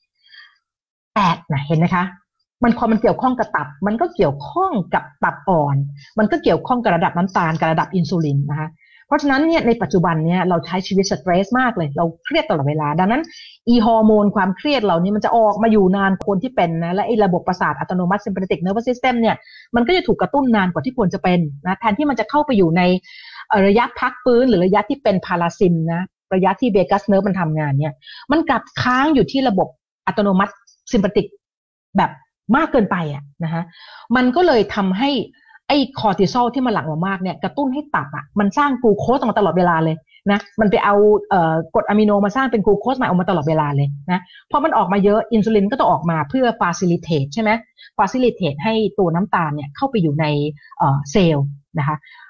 8นะเห็นไหมคะพอมันเกี่ยวข้องกับตับมันก็เกี่ยวข้องกับตับอ่อนมันก็เกี่ยวข้องกับระดับน้ำตาลกับระดับอินซูลินนะคะเพราะฉะนั้นเนี่ยในปัจจุบันเนี่ยเราใช้ชีวิตสเตรสมากเลยเราเครียดตลอดเวลาดังนั้นฮอร์โมนความเครียดเหล่านี้มันจะออกมาอยู่นานคนที่เป็นนะและไอ้ระบบประสาทอัตโนมัติ sympathetic nervous system เนี่ยมันก็จะถูกกระตุ้นนานกว่าที่ควรจะเป็นนะแทนที่มันจะเข้าไปอยู่ในระยะพักฟื้นหรือระยะที่เป็นพาราซิมนะระยะที่เวกัสเนิร์ฟมันทำงานเนี่ยมันกลับค้างอยู่ที่ระบบอัตโนมัติ sympathetic แบบมากเกินไปนะคะมันก็เลยทำให้ไอ้คอร์ติซอลที่มันหลั่งออกมากเนี่ยกระตุ้นให้ตับมันสร้างกลูโคสออกมาตลอดเวลาเลยนะมันไปเอากรดอะมิโนมาสร้างเป็นกลูโคสใหม่ออกมาตลอดเวลาเลยนะพอมันออกมาเยอะอินซูลินก็ต้องออกมาเพื่อ facilitate ใช่ไหม facilitate ให้ตัวน้ำตาลเนี่ยเข้าไปอยู่ในเซลล์นะคะ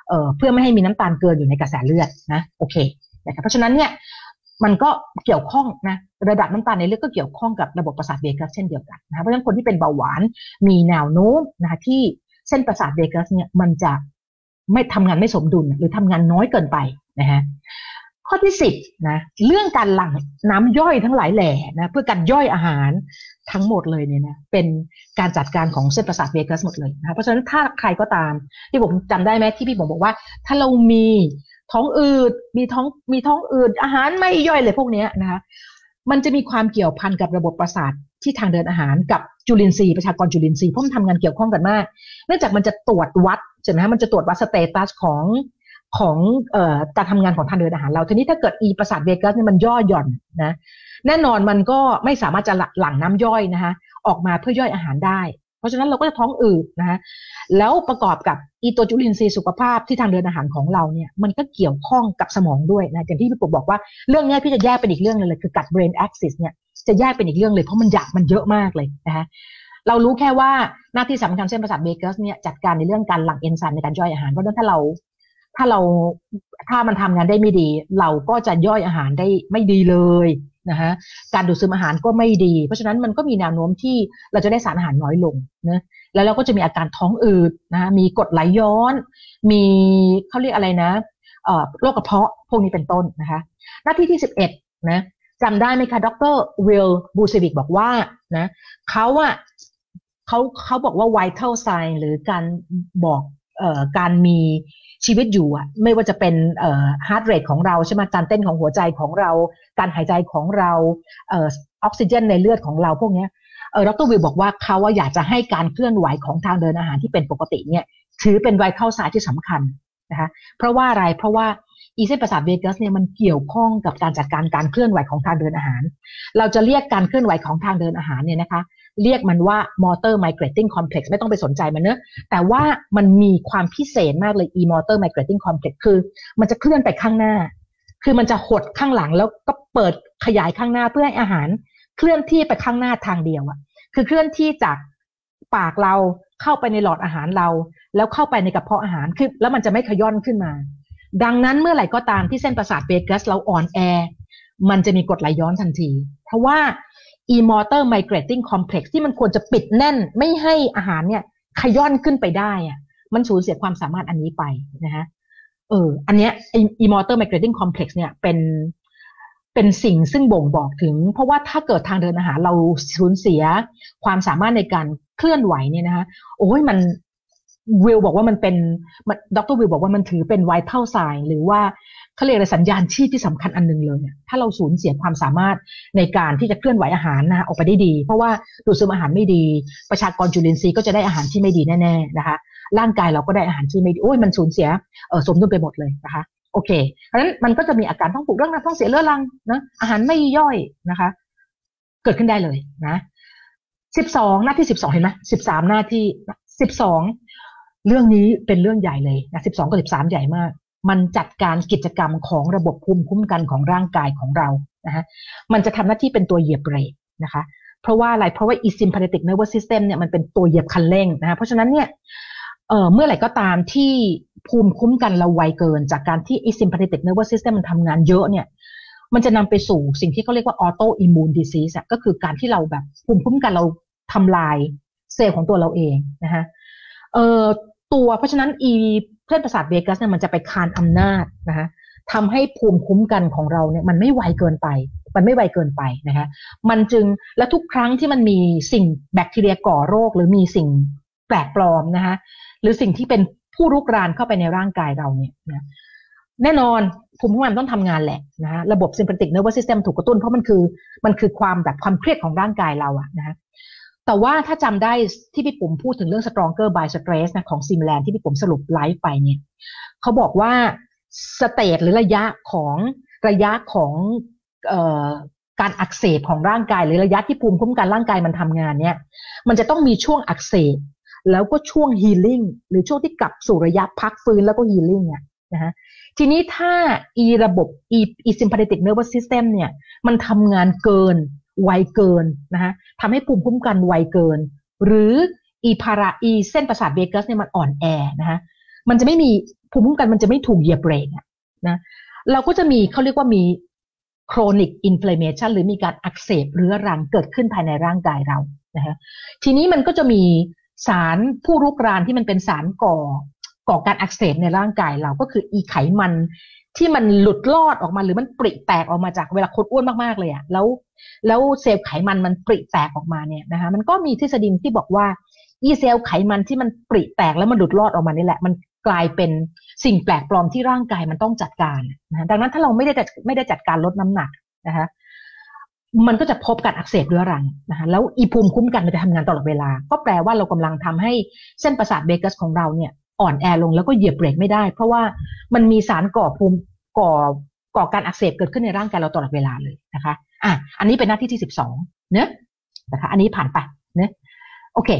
เพื่อไม่ให้มีน้ำตาลเกินอยู่ในกระแสเลือดนะโอเคนะครับเพราะฉะนั้นเนี่ยมันก็เกี่ยวข้องนะระดับน้ำตาลในเลือดก็เกี่ยวข้องกับระบบประสาทเวกัสเช่นเดียวกันนะเพราะฉะนั้นคนที่เป็นเบาหวานมีแนวโน้มนะที่เส้นประสาทเวกัสเนี่ยมันจะไม่ทำงานไม่สมดุลหรือทำงานน้อยเกินไปนะฮะข้อที่10นะเรื่องการหลั่งน้ำย่อยทั้งหลายแหล่นะเพื่อการย่อยอาหารทั้งหมดเลยเนี่ยนะเป็นการจัดการของเส้นประสาทเวกัสหมดเลยนะเพราะฉะนั้นถ้าใครก็ตามที่ผมจำได้ไหมที่พี่ผมบอกว่าถ้าเรามีท้องอืดมีท้องอืดอาหารไม่ย่อยเลยพวกนี้นะคะมันจะมีความเกี่ยวพันกับระบบประสาทที่ทางเดินอาหารกับจุลินทรีย์ประชากรจุลินทรีย์เพราะมันทำงานเกี่ยวข้องกันมากเนื่องจากมันจะตรวจวัดใช่ไหมมันจะตรวจวัดสเตตัสของการทำงานของทางเดินอาหารเราทีนี้ถ้าเกิดประสาทเวกัสเนี่ยมันย่อหย่อนนะแน่นอนมันก็ไม่สามารถจะหลั่งน้ำย่อยนะคะออกมาเพื่อย่อยอาหารได้เพราะฉะนั้นเราก็จะท้องอืดนะคะแล้วประกอบกับตัวจุลินทรีย์สุขภาพที่ทางเดินอาหารของเราเนี่ยมันก็เกี่ยวข้องกับสมองด้วยนะอย่างที่พี่ปุ๊บบอกว่าเรื่องนี้พี่จะแยกเป็นอีกเรื่องนึงเลยคือ gut brain axis เนี่ยจะแยกเป็นอีกเรื่องเลยเพราะมันเยอะมากเลยนะคะเรารู้แค่ว่าหน้าที่สำคัญเส้นประสาทเวกัสเนี่ยจัดการในเรื่องการหลั่งเอนไซม์ในการย่อยอาหารเพราะฉะนั้นถ้ามันทำงานได้ไม่ดีเราก็จะย่อยอาหารได้ไม่ดีเลยนะคะการดูดซึมอาหารก็ไม่ดีเพราะฉะนั้นมันก็มีแนวโน้มที่เราจะได้สารอาหารน้อยลงนะแล้วเราก็จะมีอาการท้องอืดนะมีกรดไหลย้อนมีเขาเรียกอะไรนะโรคกระเพาะพวกนี้เป็นต้นนะคะหน้าที่ที่11นะจำได้ไหมคะดร.วิลบูเซวิกบอกว่านะเขาบอกว่า vital sign หรือการบอกการมีชีวิตอยู่อ่ะไม่ว่าจะเป็นheart rate ของเราใช่ไหมการเต้นของหัวใจของเราการหายใจของเราออกซิเจนในเลือดของเราพวกนี้ดร.วิลบอกว่าเขาว่าอยากจะให้การเคลื่อนไหวของทางเดินอาหารที่เป็นปกติเนี่ยถือเป็น vital sign ที่สำคัญนะคะเพราะว่าอะไรเพราะว่าเส้นประสาทเวกัสเนี่ยมันเกี่ยวข้องกับการจัดการการเคลื่อนไหวของทางเดินอาหารเราจะเรียกการเคลื่อนไหวของทางเดินอาหารเนี่ยนะคะเรียกมันว่า motor migrating complex ไม่ต้องไปสนใจมันเนอะแต่ว่ามันมีความพิเศษมากเลย motor migrating complex คือมันจะเคลื่อนไปข้างหน้าคือมันจะหดข้างหลังแล้วก็เปิดขยายข้างหน้าเพื่อให้อาหารเคลื่อนที่ไปข้างหน้าทางเดียวอะคือเคลื่อนที่จากปากเราเข้าไปในหลอดอาหารเราแล้วเข้าไปในกระเพาะอาหารคือแล้วมันจะไม่ขย้อนขึ้นมาดังนั้นเมื่อไหร่ก็ตามที่เส้นประสาทเวกัสเราอ่อนแอมันจะมีกรดไหลย้อนทันทีเพราะว่าmotor migrating complex ที่มันควรจะปิดแน่นไม่ให้อาหารเนี่ยขย้อนขึ้นไปได้อะมันสูญเสียความสามารถอันนี้ไปนะฮะอันเนี้ยmotor migrating complex เนี่ยเป็นสิ่งซึ่งบ่งบอกถึงเพราะว่าถ้าเกิดทางเดินอาหารเราสูญเสียความสามารถในการเคลื่อนไหวเนี่ยนะคะโอ้ยมันวิลบอกว่ามันเป็นดร.วิลบอกว่ามันถือเป็น vital sign หรือว่าเขาเรียกอะไรสัญญาณชีพที่สำคัญอันนึงเลยเนี่ยถ้าเราสูญเสียความสามารถในการที่จะเคลื่อนไหวอาหารนะออกไปได้ดีเพราะว่าดูดซึมอาหารไม่ดีประชากรจุลินทรีย์ก็จะได้อาหารที่ไม่ดีแน่ๆนะคะร่างกายเราก็ได้อาหารที่ไม่ดีโอ้ยมันสูญเสียสมดุลไปหมดเลยนะคะโอเคเพราะฉะนั้นมันก็จะมีอาการท้องผูกเรื่องน้ำท้องเสียเรื้อรังนะอาหารไม่ย่อยนะคะเกิดขึ้นได้เลยนะ12หน้าที่12เห็นไหม13หน้าที่12เรื่องนี้เป็นเรื่องใหญ่เลยนะ12กับ13ใหญ่มากมันจัดการกิจกรรมของระบบภูมิคุ้มกันของร่างกายของเรานะฮะมันจะทำหน้าที่เป็นตัวเหยียบเบรกนะคะเพราะว่าอะไรเพราะว่า sympathetic nervous system เนี่ยมันเป็นตัวเหยียบคันเร่งนะฮะเพราะฉะนั้นเนี่ยเมื่อไหร่ก็ตามที่ภูมิคุ้มกันเราไวเกินจากการที่ sympathetic nervous system มันทำงานเยอะเนี่ยมันจะนำไปสู่สิ่งที่เขาเรียกว่า autoimmune disease ก็คือการที่เราแบบภูมิคุ้มกันเราทำลายเซลล์ของตัวเราเองนะฮะเพราะฉะนั้นเส้นประสาทเวกัสเนี่ยมันจะไปคานอำนาจนะคะทำให้ภูมิคุ้มกันของเราเนี่ยมันไม่ไวเกินไปนะคะมันจึงและทุกครั้งที่มันมีสิ่งแบคทีเรียก่อโรคหรือมีสิ่งแปลกปลอมนะคะหรือสิ่งที่เป็นผู้รุกรานเข้าไปในร่างกายเราเนี่ยนะแน่นอนภูมิคุ้มกันต้องทำงานแหละนะระบบ sympathetic nervous system ถูกกระตุ้นเพราะมันคือความเครียดของร่างกายเราอะนะคะแต่ว่าถ้าจำได้ที่พี่ปุ๋มพูดถึงเรื่อง stronger by stress นะของซิมแลนด์ที่พี่ปุ๋มสรุปไลฟ์ไปเนี่ยเขาบอกว่าสเตจหรือระยะของการอักเสบของร่างกายหรือระยะที่ภูมิคุ้มกันร่างกายมันทำงานเนี่ยมันจะต้องมีช่วงอักเสบแล้วก็ช่วง healing หรือช่วงที่กลับสู่ระยะพักฟื้นแล้วก็ healing เนี่ยนะฮะทีนี้ถ้าระบบsympathetic nervous system เนี่ยมันทำงานเกินไวเกินนะคะทำให้ภูมิคุ้มกันไวเกินหรือเส้นประสาทเวกัสเนี่ยมันอ่อนแอนะคะมันจะไม่มีภูมิคุ้มกันมันจะไม่ถูกเหยียบเบรกนะเราก็จะมีเขาเรียกว่ามี chronic inflammation หรือมีการอักเสบเรื้อรังเกิดขึ้นภายในร่างกายเรานะฮะทีนี้มันก็จะมีสารผู้รุกรานที่มันเป็นสารก่อการอักเสบในร่างกายเราก็คืออีไขมันที่มันหลุดลอดออกมาหรือมันปริแตกออกมาจากเวลาคนอ้วนมากๆเลยอ่ะแล้วเซลล์ไขมันมันปริแตกออกมาเนี่ยนะคะมันก็มีทฤษฎีที่บอกว่าอีเซลล์ไขมันที่มันปริแตกแล้วมันหลุดลอดออกมานี่แหละมันกลายเป็นสิ่งแปลกปลอมที่ร่างกายมันต้องจัดการนะดังนั้นถ้าเราไม่ได้จัดการลดน้ำหนักนะคะมันก็จะพบการอักเสบเรื้อรังนะคะแล้วอีภูมิคุ้มกันมันจะทำงานตลอดเวลาก็แปลว่าเรากำลังทำให้เส้นประสาทเวกัสของเราเนี่ยอ่อนแอลงแล้วก็เหยียบเบรกไม่ได้เพราะว่ามันมีสารก่อการอักเสบเกิดขึ้นในร่างกายเราตลอดเวลาเลยนะคะอันนี้เป็นหน้าที่ที่12เนอะนะคะอันนี้ผ่านไปเนอะโอเค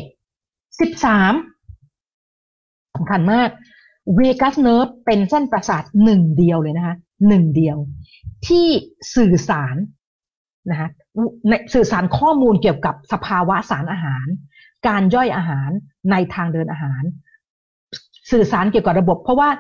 13สำคัญมากเวกัสเนิร์ฟเป็นเส้นประสาทหนึ่งเดียวเลยนะคะหนึ่งเดียวที่สื่อสารนะคะสื่อสารข้อมูลเกี่ยวกับสภาวะสารอาหารการย่อยอาหารในทางเดินอาหารสื่อสารเกี่ยวกับระบบเพราะว่า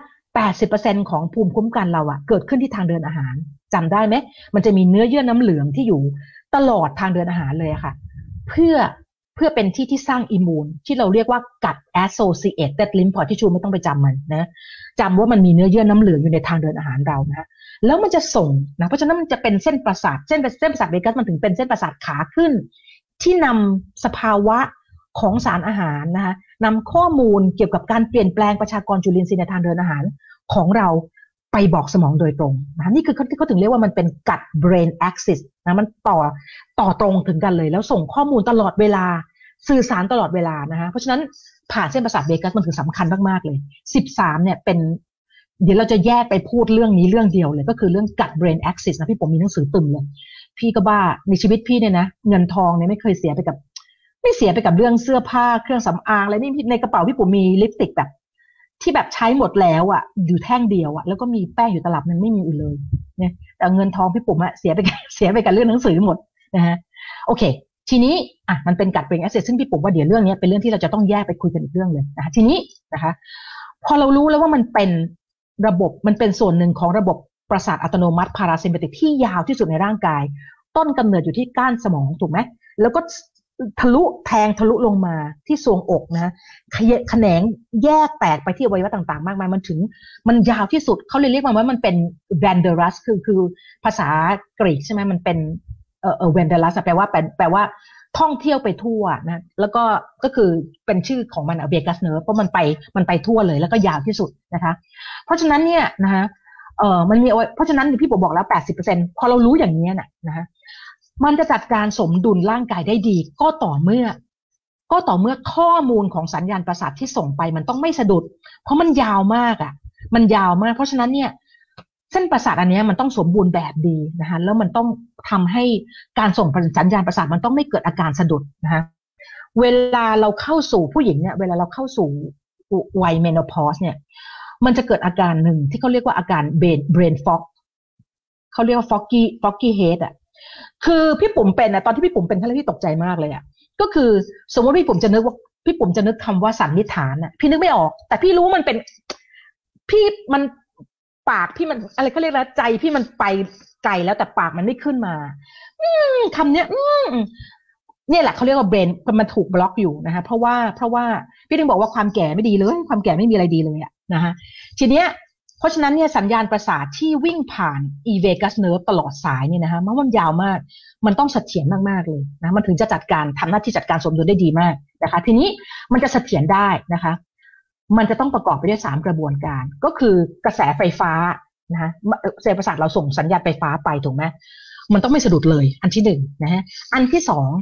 80% ของภูมิคุ้มกันเราเกิดขึ้นที่ทางเดินอาหารจำได้ไหมมันจะมีเนื้อเยื่อน้ำเหลืองที่อยู่ตลอดทางเดินอาหารเลยค่ะเพื่อเป็นที่สร้างอิมมูนที่เราเรียกว่า gut associated lymphoid tissue ไม่ต้องไปจำมันนะจำว่ามันมีเนื้อเยื่อน้ำเหลืองอยู่ในทางเดินอาหารเรานะแล้วมันจะส่งนะเพราะฉะนั้นมันจะเป็นเส้นประสาทเส้นประสาทเวกัสมันถึงเป็นเส้นประสาทขาขึ้นที่นำสภาวะของสารอาหารนะคะนำข้อมูลเกี่ยวกับการเปลี่ยนแปลงประชากรจุลินทรีย์ในทางเดินอาหารของเราไปบอกสมองโดยตรงนะนี่คือเขาถึงเรียกว่ามันเป็น gut brain axis นะมันต่อตรงถึงกันเลยแล้วส่งข้อมูลตลอดเวลาสื่อสารตลอดเวลานะคะเพราะฉะนั้นผ่านเส้นประสาทเวกัสมันคือสำคัญมากๆเลย13เนี่ยเป็นเดี๋ยวเราจะแยกไปพูดเรื่องนี้เรื่องเดียวเลยก็คือเรื่อง gut brain axis นะพี่ผมมีหนังสือตึมเลยพี่ก็บ้าในชีวิตพี่เนี่ยนะเงินทองเนี่ยไม่เคยเสียไปกับเรื่องเสื้อผ้าเครื่องสำอางอะไรนี่ในกระเป๋าพี่ผมมีลิปสติกแบบที่แบบใช้หมดแล้วอยู่แท่งเดียวแล้วก็มีแป้งอยู่ตลับนึงไม่มีอื่นเลยเนี่ยแต่เงินทองพี่ผมเสียไปกับเรื่องหนังสือหมดนะฮะโอเคทีนี้มันเป็นกัดเป็นแอสเซทซึ่งพี่ผมว่าเดี๋ยวเรื่องนี้เป็นเรื่องที่เราจะต้องแยกไปคุยกันอีกเรื่องเลยนะคะทีนี้นะคะพอเรารู้แล้วว่ามันเป็นระบบมันเป็นส่วนหนึ่งของระบบประสาทอัตโนมัติพาราซิมพาติกที่ยาวที่สุดในร่างกายต้นกำเนิดอยู่ที่ก้านสมองถูกไหมแล้วก็ทะลุลงมาที่ทรวงอกนะแขนงแยกแตกไปที่อวัยวะต่างๆมากมายมันยาวที่สุดเขาเลยเรียกว่ามันเป็น Wanderlust คือภาษากรีกใช่ไหมมันเป็นWanderlust แปลว่าท่องเที่ยวไปทั่วนะแล้วก็คือเป็นชื่อของมันเวกัสเนิร์ฟเพราะมันไปทั่วเลยแล้วก็ยาวที่สุดนะคะเพราะฉะนั้นเนี่ยนะคะมันมีเพราะฉะนั้นพี่บอกแล้ว 80% พอเรารู้อย่างนี้นะคะมันจะจัดการสมดุลร่างกายได้ดีก็ต่อเมื่อข้อมูลของสัญญาณประสาทที่ส่งไปมันต้องไม่สะดุดเพราะมันยาวมากมันยาวมากเพราะฉะนั้นเนี่ยเส้นประสาทอันนี้มันต้องสมบูรณ์แบบดีนะคะแล้วมันต้องทำให้การส่งสัญญาณประสาทมันต้องไม่เกิดอาการสะดุดนะคะเวลาเราเข้าสู่ผู้หญิงเนี่ยเวลาเราเข้าสู่วัยเมโนพอสเนี่ยมันจะเกิดอาการหนึ่งที่เขาเรียกว่าอาการbrain fog เขาเรียกว่า foggy head คือพี่ปุ๋มเป็นตอนที่พี่ปุ๋มเป็นครั้งแรกพี่ตกใจมากเลยก็คือสมมติพี่ปุ๋มจะนึกคำว่าสันนิษฐานพี่นึกไม่ออกแต่พี่รู้มันเป็นมันปากพี่มันอะไรเขาเรียกแล้วใจพี่มันไปไกลแล้วแต่ปากมันไม่ขึ้นมาคำเนี้ยเนี่ยแหละเขาเรียกว่าเบรนมันถูกบล็อกอยู่นะคะเพราะว่าพี่ถึงบอกว่าความแก่ไม่ดีเลยความแก่ไม่มีอะไรดีเลยนะคะทีเนี้ยเพราะฉะนั้นเนี่ยสัญญาณประสาทที่วิ่งผ่านอีเวกัสเนิร์ฟตลอดสายเนี่ยนะคะมันยาวมากมันต้องเสถียรมากๆเลยนะมันถึงจะทำหน้าที่จัดการสมดุลได้ดีมากนะคะทีนี้มันจะเสถียรได้นะคะมันจะต้องประกอบไปด้วย3กระบวนการก็คือกระแสไฟฟ้านะคะเซลล์ประสาทเราส่งสัญญาณไฟฟ้าไปถูกไหมมันต้องไม่สะดุดเลยอันที่1นะฮะอันที่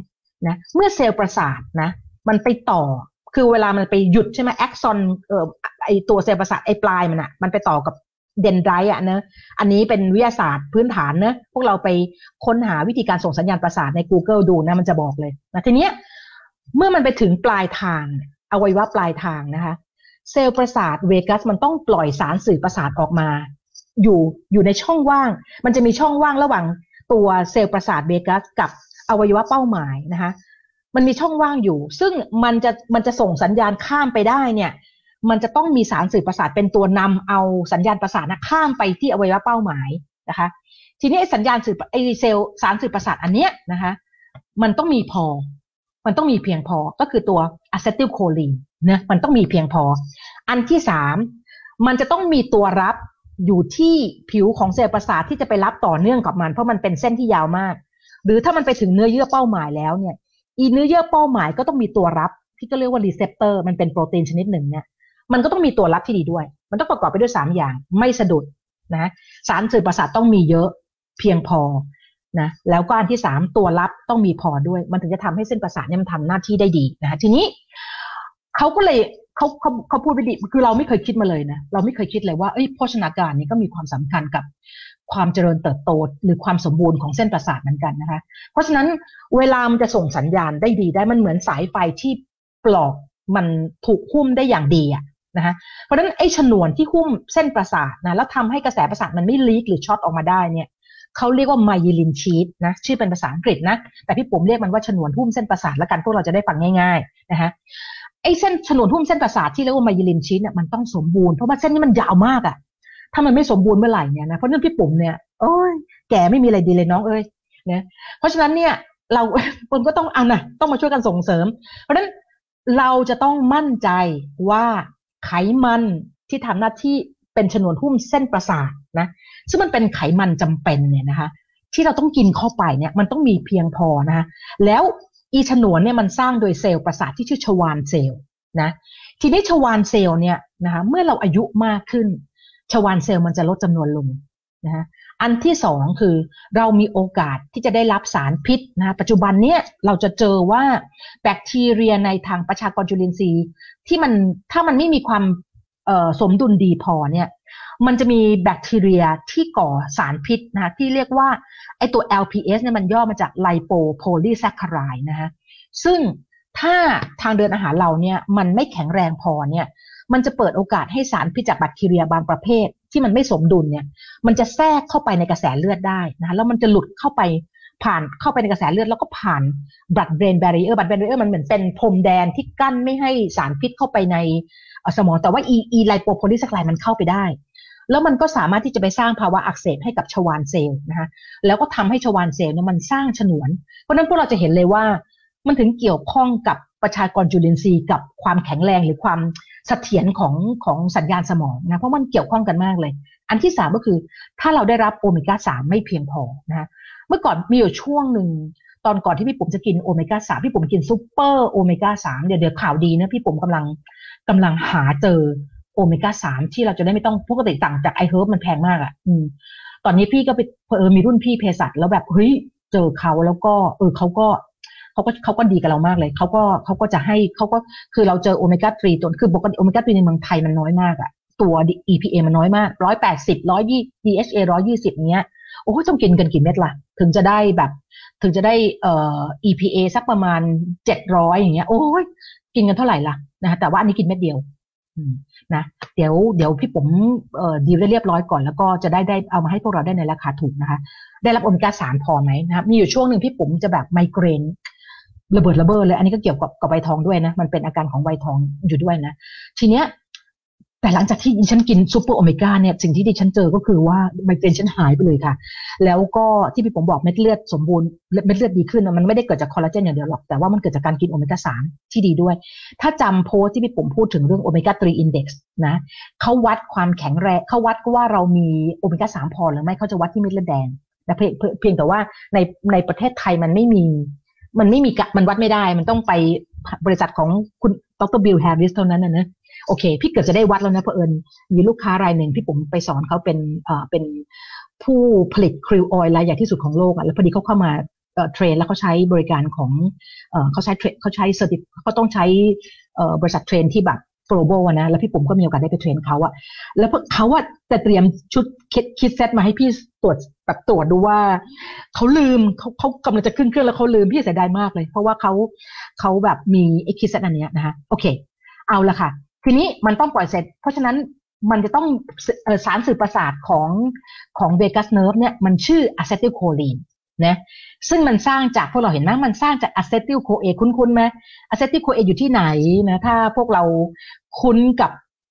2นะเมื่อเซลล์ประสาทนะมันไปต่อคือเวลามันไปหยุดใช่ไหมแอ็กซอนไอตัวเซลล์ประสาทไอปลายมันไปต่อกับเดนไดรต์เนอะอันนี้เป็นวิทยาศาสตร์พื้นฐานเนอะพวกเราไปค้นหาวิธีการส่งสัญญาณประสาทใน Google ดูนะมันจะบอกเลยนะทีเนี้ยเมื่อมันไปถึงปลายทางอวัยวะปลายทางนะคะเซลล์ประสาทเวกัสมันต้องปล่อยสารสื่อประสาทออกมาอยู่ในช่องว่างมันจะมีช่องว่างระหว่างตัวเซลล์ประสาทเวกัสกับอวัยวะเป้าหมายนะคะมันมีช่องว่างอยู่ซึ่งมันจะส่งสัญญาณข้ามไปได้เนี่ยมันจะต้องมีสารสื่อประสาทเป็นตัวนำเอาสัญญาณประสาทข้ามไปที่อวัยวะเป้าหมายนะคะทีนี้ไอ้สัญญาณสื่อไอ้เซลล์สารสื่อประสาทอันเนี้ยนะคะมันต้องมีพอมันต้องมีเพียงพอก็คือตัวอะเซติลโคลีนนะมันต้องมีเพียงพออันที่สามมันจะต้องมีตัวรับอยู่ที่ผิวของเซลล์ประสาทที่จะไปรับต่อเนื่องกับมันเพราะมันเป็นเส้นที่ยาวมากหรือถ้ามันไปถึงเนื้อเยื่อเป้าหมายแล้วเนี่ยอีเนื้อเยื่อเป้าหมายก็ต้องมีตัวรับที่ก็เรียกว่ารีเซปเตอร์มันเป็นโปรตีนชนิดหนึ่งเนี่ยมันก็ต้องมีตัวรับที่ดีด้วยมันต้องประกอบไปด้วย3อย่างไม่สะดุดนะสารสื่อประสาทต้องมีเยอะเพียงพอนะแล้วก็อันที่3ตัวรับต้องมีพอด้วยมันถึงจะทำให้เส้นประสาทเนี่ยมันทำหน้าที่ได้ดีนะทีนี้เขาก็เลยเขาพูดไปดิคือเราไม่เคยคิดมาเลยนะเราไม่เคยคิดเลยว่าโภชนาการนี้ก็มีความสำคัญกับความเจริญเติบโตหรือความสมบูรณ์ของเส้นประสาทเหมือนกันนะคะเพราะฉะนั้นเวลามันจะส่งสัญญาณได้ดีได้มันเหมือนสายไฟที่ปลอกมันถูกหุ้มได้อย่างดีอะนะคะเพราะฉะนั้นไอ้ฉนวนที่หุ้มเส้นประสาทนะแล้วทำให้กระแสประสาทมันไม่ลีกหรือช็อตออกมาได้เนี่ยเขาเรียกว่าไมลินชีทนะชื่อเป็นภาษาอังกฤษนะแต่พี่ผมเรียกมันว่าฉนวนหุ้มเส้นประสาทแล้วกันพวกเราจะได้ฟังง่ายๆนะคะไอ้เส้นฉนวนหุ้มเส้นประสาทที่เรียกว่าไมลินชีทเนี่ยมันต้องสมบูรณ์เพราะว่าเส้นนี้มันยาวมากอะถ้ามันไม่สมบูรณ์เมื่อไหร่เนี่ยนะเพราะนั่นพี่ปุ๋มเนี่ยโอ้ยแก่ไม่มีอะไรดีเลยน้องเอ้ยนะเพราะฉะนั้นเนี่ยเราคนก็ต้องต้องมาช่วยกันส่งเสริมเพราะฉะนั้นเราจะต้องมั่นใจว่าไขมันที่ทำหน้าที่เป็นฉนวนหุ้มเส้นประสาทนะซึ่งมันเป็นไขมันจำเป็นเนี่ยนะคะที่เราต้องกินเข้าไปเนี่ยมันต้องมีเพียงพอนะคะแล้วอีฉนวนเนี่ยมันสร้างโดยเซลล์ประสาทที่ชื่อชวาลเซลล์นะทีนี้ชวาลเซลล์เนี่ยนะคะเมื่อเราอายุมากขึ้นชวาลเซลล์มันจะลดจำนวนลงนะคะอันที่สองคือเรามีโอกาสที่จะได้รับสารพิษนะปัจจุบันเนี้ยเราจะเจอว่าแบคทีเรียในทางประชากรจุลินทรีย์ที่มันถ้ามันไม่มีความสมดุลดีพอเนี่ยมันจะมีแบคทีเรียที่ก่อสารพิษนะที่เรียกว่าไอตัว LPS เนี่ยมันย่อมาจากไลโปโพลีแซคคาไรด์นะฮะซึ่งถ้าทางเดินอาหารเราเนี่ยมันไม่แข็งแรงพอเนี่ยมันจะเปิดโอกาสให้สารพิษจากแบคทีเรียบางประเภทที่มันไม่สมดุลเนี่ยมันจะแทรกเข้าไปในกระแสเลือดได้นะแล้วมันจะหลุดเข้าไปผ่านเข้าไปในกระแสเลือดแล้วก็ผ่าน blood brain barrier blood brain barrier มันเหมือนเป็นพรมแดนที่กั้นไม่ให้สารพิษเข้าไปในสมองแต่ว่าไลโปโพลีแซคไคลด์มันเข้าไปได้แล้วมันก็สามารถที่จะไปสร้างภาวะอักเสบให้กับชวาลเซลล์นะคะแล้วก็ทำให้ชวาลเซลล์เนี่ยมันสร้างฉนวนเพราะฉะนั้นพวกเราจะเห็นเลยว่ามันถึงเกี่ยวข้องกับประชากรจุลินทรีย์กับความแข็งแรงหรือความเสถียรของสัญญาณสมองนะเพราะมันเกี่ยวข้องกันมากเลยอันที่สามก็คือถ้าเราได้รับโอเมก้า3ไม่เพียงพอนะเมื่อก่อนมีอยู่ช่วงหนึ่งตอนก่อนที่พี่ปุ๋มจะกินโอเมก้า3พี่ปุ๋มกินซูเปอร์โอเมก้า3เดี๋ยวข่าวดีนะพี่ปุ๋มกำลังหาเจอโอเมก้า3ที่เราจะได้ไม่ต้องปกติต่างจากไอเฮิร์บมันแพงมากอ่ะตอนนี้พี่ก็ไปมีรุ่นพี่เภสัชแล้วแบบเฮ้ยเจอเขาแล้วก็เขาก็ดีกับเรามากเลยเขาก็จะให้เขาก็คือเราเจอโอเมก้า3ตัวคือปกติโอเมก้า3ในเมืองไทยมันน้อยมากอ่ะตัว EPA มันน้อยมาก180 120 DHA 120เนี้ยโอ้โหต้องกินกันกี่เม็ดล่ะถึงจะได้แบบถึงจะได้EPA สักประมาณ700อย่างเงี้ยโอ้ยกินกันเท่าไหร่ล่ะนะแต่ว่าอันนี้กินเม็ดเดียวนะเดี๋ยวพี่ผมดีลได้เรียบร้อยก่อนแล้วก็จะได้เอามาให้พวกเราได้ในราคาถูกนะคะได้รับโอเมก้า3พอไหมนะครับมีอยู่ช่วงหนึ่งพี่ผมจะแบบไมเกรนระเบิดเลยอันนี้ก็เกี่ยวกับไวทองด้วยนะมันเป็นอาการของไวทองอยู่ด้วยนะทีเนี้ยแต่หลังจากที่ดิฉันกินซูเปอร์โอเมก้าเนี่ยสิ่งที่ดิฉันเจอก็คือว่าไมเกรนฉันหายไปเลยค่ะแล้วก็ที่พี่ผมบอกเม็ดเลือดสมบูรณ์เม็ดเลือดดีขึ้นมันไม่ได้เกิดจากคอลลาเจนอย่างเดียวหรอกแต่ว่ามันเกิดจากการกินโอเมก้า3ที่ดีด้วยถ้าจำโพสที่พี่ผมพูดถึงเรื่องโอเมก้า3 index นะเขาวัดความแข็งแรงเขาวัดว่าเรามีโอเมก้า3พอหรือไม่เขาจะวัดที่เม็ดเลือดแดงแต่เพียงแต่ว่าในประเทศไทยมันวัดไม่ได้มันต้องไปบริษัทของคุณดร. บิล แฮร์ริสเท่านั้นนะโอเคพี่เกือบจะได้วัดแล้วนะเผอิญมีลูกค้ารายหนึ่งพี่ผมไปสอนเขาเป็นผู้ผลิตคริวออยล์รายใหญ่ที่สุดของโลกอ่ะแล้วพอดีเขาเข้ามาเทรนแล้วเขาใช้บริการของเขาใช้เซอร์ติเขาต้องใช้บริษัทเทรนที่แบบglobal นะแล้วพี่ผมก็มีโอกาสได้ไปเทรนเขาอะแล้วเขาว่าจะเตรียมชุดคิดเซตมาให้พี่ตรวจดูว่าเขาลืมเขากำลังจะขึ้นเครื่องแล้วเขาลืมพี่เสียดายมากเลยเพราะว่าเขาแบบมีไอ้คิดเซตอันเนี้ยนะคะโอเคเอาละค่ะทีนี้มันต้องปล่อยเสร็จเพราะฉะนั้นมันจะต้องสารสื่อประสาทของเวกัสเนิร์ฟเนี่ยมันชื่ออะเซติลโคลีนนะซึ่งมันสร้างจากพวกเราเห็นไหมมันสร้างจากอะเซติลโคเอคุ้นไหมอะเซติลโคเออยู่ที่ไหนนะถ้าพวกเราคุ้นกับ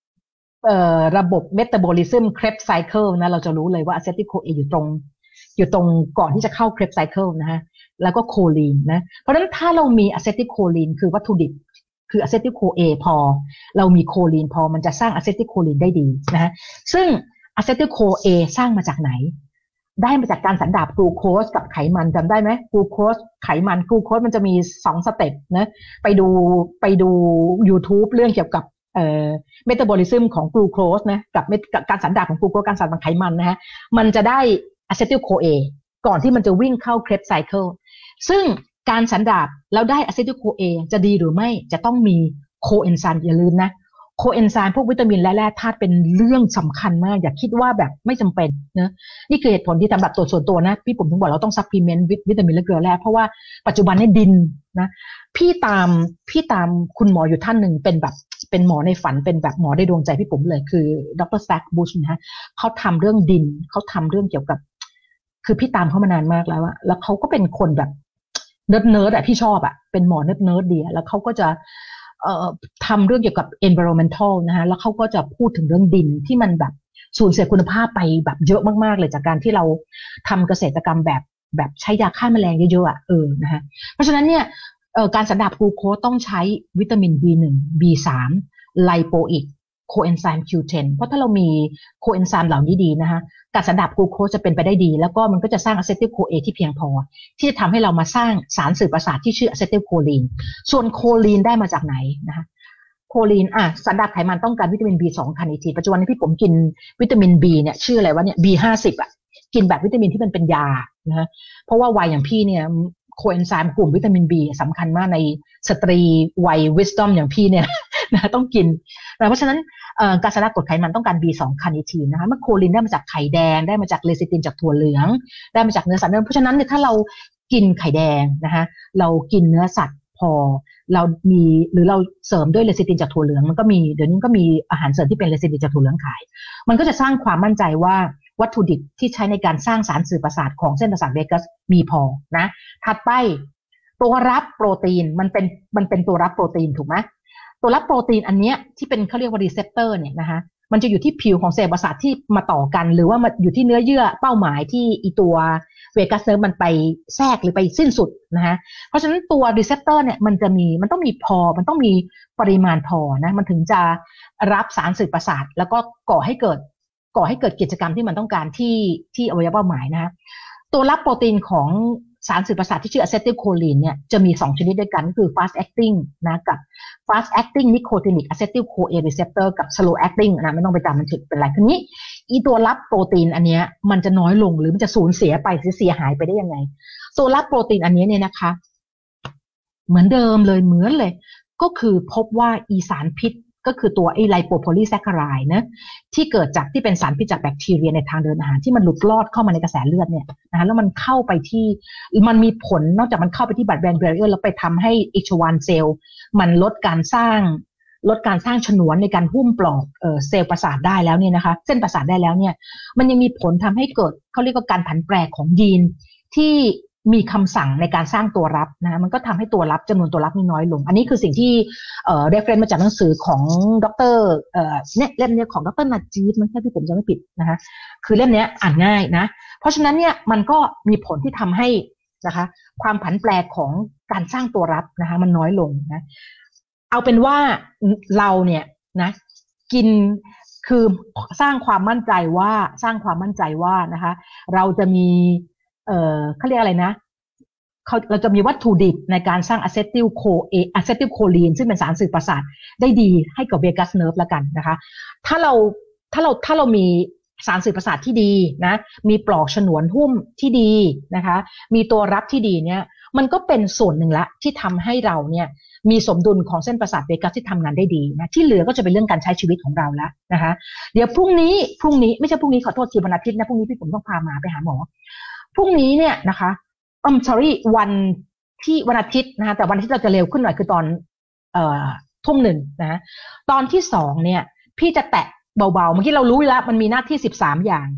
ระบบเมตาบอลิซึมเครบไซเคิลนะเราจะรู้เลยว่าอะเซติลโคเออยู่ตรงก่อนที่จะเข้าเครบไซเคิลนะฮะแล้วก็โคลีนนะเพราะฉะนั้นถ้าเรามีอะเซติลโคลีนคือวัตถุดิบคืออะเซติลโคเอพอเรามีโคลีนพอมันจะสร้างอะเซติลโคลีนได้ดีนะฮะซึ่งอะเซติลโคเอสร้างมาจากไหนได้มาจากการสันดาปกลูโคสกับไขมันจำได้ไหมกลูโคสไขมันกลูโคสมันจะมี2 สเต็ปนะไปดู YouTube เรื่องเกี่ยวกับเมตาบอลิซึมของกลูโคสนะกับการสันดาปของกลูโคสการสันดาปไขมันนะฮะมันจะได้อะเซติลโคเอก่อนที่มันจะวิ่งเข้าเครบไซเคิลซึ่งการสันดาปแล้วได้อะเซติลโคเอจะดีหรือไม่จะต้องมีโคเอนไซม์อย่าลืมนะโคเอนไซม์พวกวิตามินและแร่ธาตุเป็นเรื่องสำคัญมากอย่าคิดว่าแบบไม่จำเป็นนะนี่คือเหตุผลที่สำหรับตัวส่วนตัวนะพี่ผมถึงบอกเราต้องซัพพลีเมนต์วิตามินและเกลือแร่เพราะว่าปัจจุบันนี้ดินนะพี่ตามคุณหมออยู่ท่านหนึ่งเป็นหมอในฝันเป็นแบบหมอในดวงใจพี่ผมเลยคือดร.แซคบูชนะฮะเขาทำเรื่องดินเขาทำเรื่องเกี่ยวกับคือพี่ตามเขามานานมากแล้วอะแล้วเขาก็เป็นคนแบบเนิร์ดอะพี่ชอบอะเป็นหมอเนิร์ดดีอะแล้วเขาก็จะทำเรื่องเกี่ยวกับ environmental นะฮะแล้วเขาก็จะพูดถึงเรื่องดินที่มันแบบสูญเสียคุณภาพไปแบบเยอะมากๆเลยจากการที่เราทำเกษตรกรรมแบบใช้ยาฆ่าแมลงเยอะๆอะนะฮะเพราะฉะนั้นเนี่ยการสันดาปกลูโคสต้องใช้วิตามิน B1 B3 ไลโปอิกโคเอนไซม์ Q10 เพราะถ้าเรามีโคเอนไซม์เหล่านี้ดีนะคะการสันดาปกลูโคสจะเป็นไปได้ดีแล้วก็มันก็จะสร้างอะเซติลโคเอที่เพียงพอที่จะทำให้เรามาสร้างสารสื่อประสาทที่ชื่ออะเซติลโคลีนส่วนโคลีนได้มาจากไหนนะคะโคลีนสันดาปไขมันต้องการวิตามิน B2 คาร์นิทีปัจจุบันนี้พี่ผมกินวิตามิน B เนี่ยชื่ออะไรวะเนี่ย B50 กินแบบวิตามินที่มันเป็นยานะฮะเพราะว่าวัยอย่างพี่เนี่ยโคเอนไซม์กลุ่มวิตามิน B สำคัญมากในสตรีวัย wisdom อย่างพี่เนี่ยนะต้องกินเพราะฉะนั้นการสันดาปกรดไขมันต้องการ B2 คาร์นิทีนนะคะเมื่อโคลินได้มาจากไข่แดงได้มาจากเลซิตินจากถั่วเหลืองได้มาจากเนื้อสัตว์เพราะฉะนั้นเนี่ยถ้าเรากินไข่แดงนะคะเรากินเนื้อสัตว์พอเรามีหรือเราเสริมด้วยเลซิตินจากถั่วเหลืองมันก็มีเดี๋ยวนี้ก็มีอาหารเสริมที่เป็นเลซิตินจากถั่วเหลืองขายมันก็จะสร้างความมั่นใจว่าวัตถุดิบที่ใช้ในการสร้างสารสื่อประสาทของเส้นประสาทเวกัสมีพอนะถัดไปตัวรับโปรตีนมันเป็นตัวรับโปรตีนถูกไหมตัวรับโปรตีนอันนี้ที่เป็นเขาเรียกว่ารีเซปเตอร์เนี่ยนะคะมันจะอยู่ที่ผิวของเซลล์ประสาทที่มาต่อกันหรือว่ามาอยู่ที่เนื้อเยื่อเป้าหมายที่อีตัวเวกัสเนิร์ฟมันไปแทรกหรือไปสิ้นสุดนะคะเพราะฉะนั้นตัวรีเซปเตอร์เนี่ยมันต้องมีพอมันต้องมีปริมาณพอนะมันถึงจะรับสารสื่อประสาทแล้วก็ก่อให้เกิดกิจกรรมที่มันต้องการที่อวัยวะเป้าหมายนะตัวรับโปรตีนของสารสื่อประสาทที่ชื่ออะเซติลโคลีนเนี่ยจะมี2ชนิดด้วยกันคือ fast acting นะกับ fast acting nicotinic acetyl CoA receptor กับ slow acting นะไม่ต้องไปจำมันถึงเป็นไรทีนี้อีตัวรับโปรตีนอันเนี้ยมันจะน้อยลงหรือมันจะสูญเสียไปเสียหายไปได้ยังไงตัวรับโปรตีนอันนี้เนี่ยนะคะเหมือนเดิมเลยก็คือพบว่าอีสารพิษก็คือตัวไอไลโปโพลีแซคคาไรด์นะที่เกิดจากที่เป็นสารพิษจากแบคทีเรียในทางเดินอาหารที่มันหลุดลอดเข้ามาในกระแสเลือดเนี่ยนะแล้วมันเข้าไปที่มันมีผลนอกจากมันเข้าไปที่บัดแบนเบรียร์แล้วไปทำให้อิชวานเซลล์มันลดการสร้างฉนวนในการหุ้มปลอกเซลล์ประสาทได้แล้วเนี่ยนะคะเส้นประสาทได้แล้วเนี่ยมันยังมีผลทำให้เกิดเขาเรียกว่าการผันแปรของยีนที่มีคำสั่งในการสร้างตัวรับนะมันก็ทำให้ตัวรับจำนวนตัวรับนี่น้อยลงอันนี้คือสิ่งที่reference มาจากหนังสือของดร.เนี่ยเล่มนี้ของดร.นาจีบมันแค่ที่ผมจะไม่ผิดนะคะคือเล่มนี้อ่านง่ายนะเพราะฉะนั้นเนี่ยมันก็มีผลที่ทำให้นะคะความผันแปรของการสร้างตัวรับนะคะมันน้อยลงนะเอาเป็นว่าเราเนี่ยนะกินคือสร้างความมั่นใจว่านะคะเราจะมีเขาเรียกอะไรนะเราจะมีวัตถุดิบในการสร้างอะเซติลโคลีนซึ่งเป็นสารสื่อประสาทได้ดีให้กับเวกัสเนิร์ฟแล้วกันนะคะถ้าเรามีสารสื่อประสาทที่ดีนะมีปลอกฉนวนหุ้มที่ดีนะคะมีตัวรับที่ดีเนี่ยมันก็เป็นส่วนหนึ่งละที่ทำให้เราเนี่ยมีสมดุลของเส้นประสาทเวกัสที่ทำงานได้ดีนะที่เหลือก็จะเป็นเรื่องการใช้ชีวิตของเราแล้วนะคะเดี๋ยวพรุ่งนี้ไม่ใช่พรุ่งนี้ขอโทษทีวันอาทิตย์นะพรุ่งนี้พี่ผมต้องพามาไปหาหมอพรุ่งนี้เนี่ยนะคะsorry วันอาทิตย์นะคะแต่วันอาทิตย์เราจะเร็วขึ้นหน่อยคือตอนทุ่มหนึ่งนะตอนที่2เนี่ยพี่จะแตะเบาๆเมื่อกี้เรารู้แล้วมันมีหน้าที่13อย่าง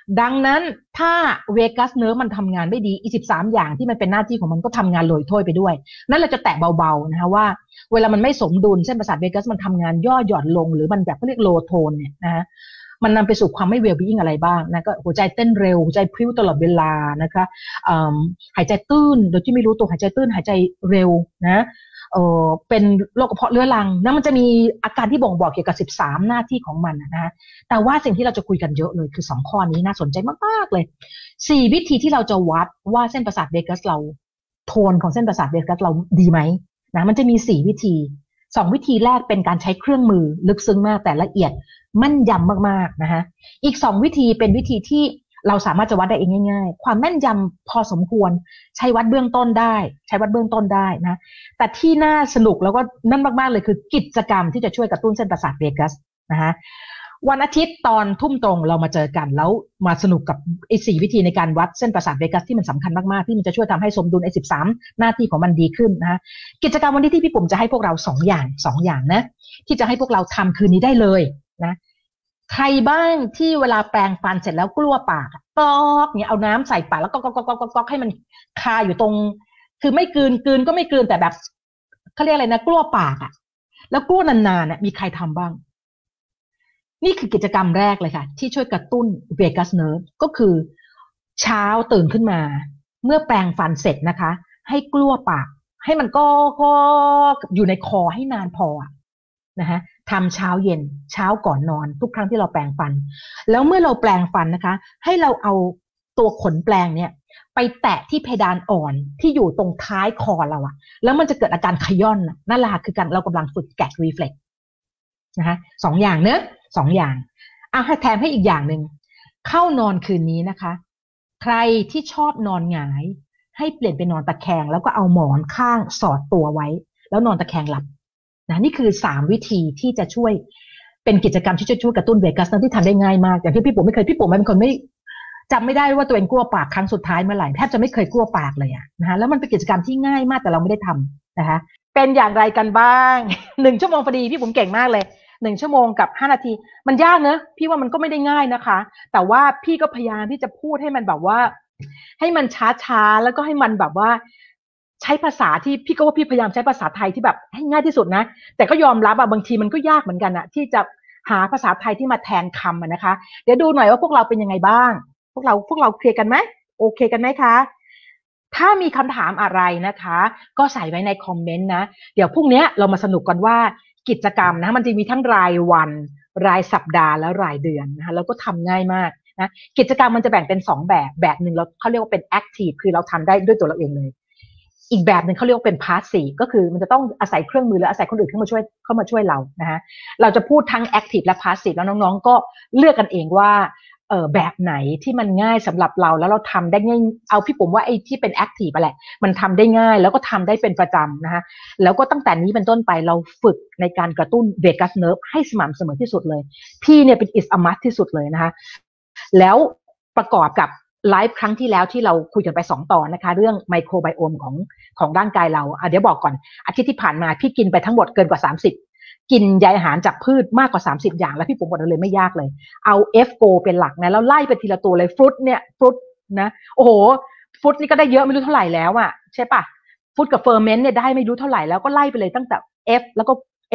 ดังนั้นถ้าเวกัสเนิร์ฟมันทำงานไม่ดีอี13อย่างที่มันเป็นหน้าที่ของมันก็ทำงานโรยถ้วยไปด้วยนั่นเราจะแตะเบาๆนะคะว่าเวลามันไม่สมดุลเส้นประสาทเวกัสมันทำงานย่อหย่อนลงหรือมันแบบเขาเรียกโลโทนเนี่ยนะคะมันนำไปสู่ความไม่เวลบีอิงอะไรบ้างนะก็หัวใจเต้นเร็วหัวใจพริ้วตลอดเวลานะคะหายใจตื้นโดยที่ไม่รู้ตัวหายใจตื้นหายใจเร็วนะเป็นโรคกระเพาะเรื้อรังนะมันจะมีอาการที่บ่งบอกเกี่ยวกับ13หน้าที่ของมันนะคะแต่ว่าสิ่งที่เราจะคุยกันเยอะเลยคือ2ข้อนี้น่าสนใจมากๆเลย4วิธีที่เราจะวัดว่าเส้นประสาทเวกัสเราโทนของเส้นประสาทเวกัสเราดีไหมนะมันจะมี4วิธี2วิธีแรกเป็นการใช้เครื่องมือลึกซึ้งมากแต่ละเอียดมั่นยำมากๆนะคะอีก2วิธีเป็นวิธีที่เราสามารถจะวัดได้เองง่ายๆความแม่นยำพอสมควรใช้วัดเบื้องต้นได้ใช้วัดเบื้องต้นได้นะแต่ที่น่าสนุกแล้วก็นั่นมากๆเลยคือกิจกรรมที่จะช่วยกระตุ้นเส้นประสาทเวกัสนะคะวันอาทิตย์ตอนทุ่มตรงเรามาเจอกันแล้วมาสนุกกับไอ้4วิธีในการวัดเส้นประสาทเวกัสที่มันสำคัญมากๆที่มันจะช่วยทำให้สมดุลไอ้13หน้าที่ของมันดีขึ้นนะกิจกรรมวันนี้ที่พี่ปุ่มจะให้พวกเรา2อย่างนะที่จะให้พวกเราทำคืนนี้ได้เลยนะใครบ้างที่เวลาแปรงฟันเสร็จแล้วกลัวปากก๊อกเนี่ยเอาน้ำใส่ปากแล้วก็ให้มันคาอยู่ตรงคือไม่กลืนก็ไม่กลืนแต่แบบเขาเรียกอะไรนะกลัวปากแล้วกลัวนานๆมีใครทำบ้างนี่คือกิจกรรมแรกเลยค่ะที่ช่วยกระตุ้นเวกัสเนิร์ฟก็คือเช้าตื่นขึ้นมาเมื่อแปรงฟันเสร็จนะคะให้กลั้วปากให้มันก็อยู่ในคอให้นานพอนะคะทำเช้าเย็นเช้าก่อนนอนทุกครั้งที่เราแปรงฟันแล้วเมื่อเราแปรงฟันนะคะให้เราเอาตัวขนแปรงเนี่ยไปแตะที่เพดานอ่อนที่อยู่ตรงท้ายคอเราแล้วมันจะเกิดอาการขย้อนนั่นแหละคือการเรากำลังฝึกแกะรีเฟล็กซ์นะคะ2อย่างเนอะ2อย่างให้แถมให้อีกอย่างหนึ่งเข้านอนคืนนี้นะคะใครที่ชอบนอนหงายให้เปลี่ยนไปนอนตะแคงแล้วก็เอาหมอนข้างสอดตัวไว้แล้วนอนตะแคงหลับนะนี่คือ3วิธีที่จะช่วยเป็นกิจกรรมที่จะช่วยกระตุ้นเวกัสที่ทำได้ง่ายมากอย่างที่พี่ปุ๋มไม่เคยพี่ปุ๋มเป็นคนไม่จำไม่ได้ว่าตัวเองกลัวปากครั้งสุดท้ายเมื่อไหร่แทบจะไม่เคยกลัวปากเลยนะคะแล้วมันเป็นกิจกรรมที่ง่ายมากแต่เราไม่ได้ทำนะคะเป็นอย่างไรกันบ้าง1 ชั่วโมงพอดีพี่ปุ๋มเก่งมากเลย1 ชั่วโมงกับ5 นาทีมันยากเนอะพี่ว่ามันก็ไม่ได้ง่ายนะคะแต่ว่าพี่ก็พยายามที่จะพูดให้มันแบบว่าให้มันช้าๆแล้วก็ให้มันแบบว่าใช้ภาษาที่พี่ก็ว่าพี่พยายามใช้ภาษาไทยที่แบบให้ง่ายที่สุดนะแต่ก็ยอมรับบางทีมันก็ยากเหมือนกันที่จะหาภาษาไทยที่มาแทนคำนะคะเดี๋ยวดูหน่อยว่าพวกเราเป็นยังไงบ้างพวกเราเคลียร์กันไหมโอเคกันไหมคะถ้ามีคำถามอะไรนะคะก็ใส่ไว้ในคอมเมนต์นะเดี๋ยวพรุ่งนี้เรามาสนุกกันว่ากิจกรรมนะมันจะมีทั้งรายวันรายสัปดาห์และรายเดือนนะคะแล้วก็ทำง่ายมากนะกิจกรรมมันจะแบ่งเป็น2แบบหนึ่งเขาเรียกว่าเป็น active คือเราทำได้ด้วยตัวเราเองเลยอีกแบบหนึ่งเขาเรียกว่าเป็น passive ก็คือมันจะต้องอาศัยเครื่องมือหรืออาศัยคนอื่นเข้ามาช่วยเรานะคะเราจะพูดทั้ง active และ passive แล้วน้องๆก็เลือกกันเองว่าแบบไหนที่มันง่ายสำหรับเราแล้วเราทำได้ง่ายเอาพี่ผมว่าไอ้ที่เป็น active ไปแหละมันทำได้ง่ายแล้วก็ทำได้เป็นประจำนะคะแล้วก็ตั้งแต่นี้เป็นต้นไปเราฝึกในการกระตุ้นเวกัสเนิร์ฟให้สม่ำเสมอที่สุดเลยพี่เนี่ยเป็น is a must ที่สุดเลยนะคะแล้วประกอบกับไลฟ์ครั้งที่แล้วที่เราคุยกันไป2 ตอนนะคะเรื่องไมโครไบโอมของร่างกายเราเดี๋ยวบอกก่อนอาทิตย์ที่ผ่านมาพี่กินไปทั้งหมดเกินกว่า30กินใยอาหารจากพืชมากกว่า30อย่างแล้วพี่ผมบอกเลยไม่ยากเลยเอา F-GO เป็นหลักนะแล้วไล่ไปทีละตัวเลยฟรุตนะโอ้โหฟรุตนี่ก็ได้เยอะไม่รู้เท่าไหร่แล้วใช่ปะฟรุตกับเฟอร์เมนต์เนี่ยได้ไม่รู้เท่าไหร่แล้วก็ไล่ไปเลยตั้งแต่ F แล้วก็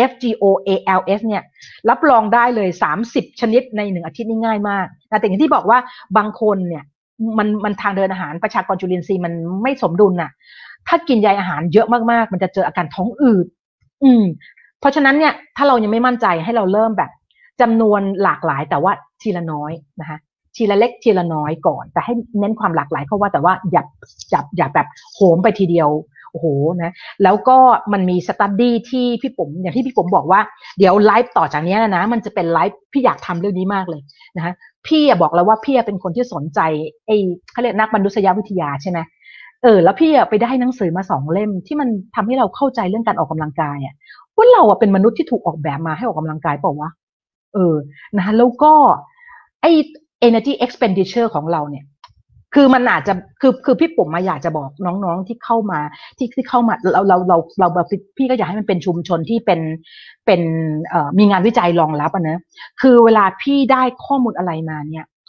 FGOALS เนี่ยรับรองได้เลย30ชนิดใน1 อาทิตย์นี่ง่ายมากแต่อย่างที่บอกว่าบางคนเนี่ยมันทางเดินอาหารประชากรจุลินทรีย์มันไม่สมดุลถ้ากินใยอาหารเยอะมากๆมันจะเจออาการท้องอืดเพราะฉะนั้นเนี่ยถ้าเรายังไม่มั่นใจให้เราเริ่มแบบจำนวนหลากหลายแต่ว่าทีละน้อยนะคะทีละเล็กทีละน้อยก่อนแต่ให้เน้นความหลากหลายเพราะว่าแต่ว่าอย่าแบบโหมไปทีเดียวโอ้โหนะแล้วก็มันมีสตั๊ดดี้ที่พี่ผมอย่างที่พี่ผมบอกว่าเดี๋ยวไลฟ์ต่อจากนี้นะมันจะเป็นไลฟ์พี่อยากทำเรื่องนี้มากเลยนะคะพี่บอกแล้วว่าพี่เป็นคนที่สนใจเขาเรียกนักมนุษยวิทยาใช่ไหมแล้วพี่ไปได้หนังสือมา2 เล่มที่มันทำให้เราเข้าใจเรื่องการออกกำลังกายว่าเราเป็นมนุษย์ที่ถูกออกแบบมาให้ออกกำลังกายเปล่าวะนะคะแล้วก็energy expenditure ของเราเนี่ยคือมันอาจจะคือพี่ปุ๋มมาอยากจะบอกน้องๆที่เข้ามาที่เข้ามาเราพี่ก็อยากให้มันเป็นชุมชนที่เป็นมีงานวิจัยรองรับนะคือเวลาพี่ได้ข้อมูลอะไรมาเนี่ย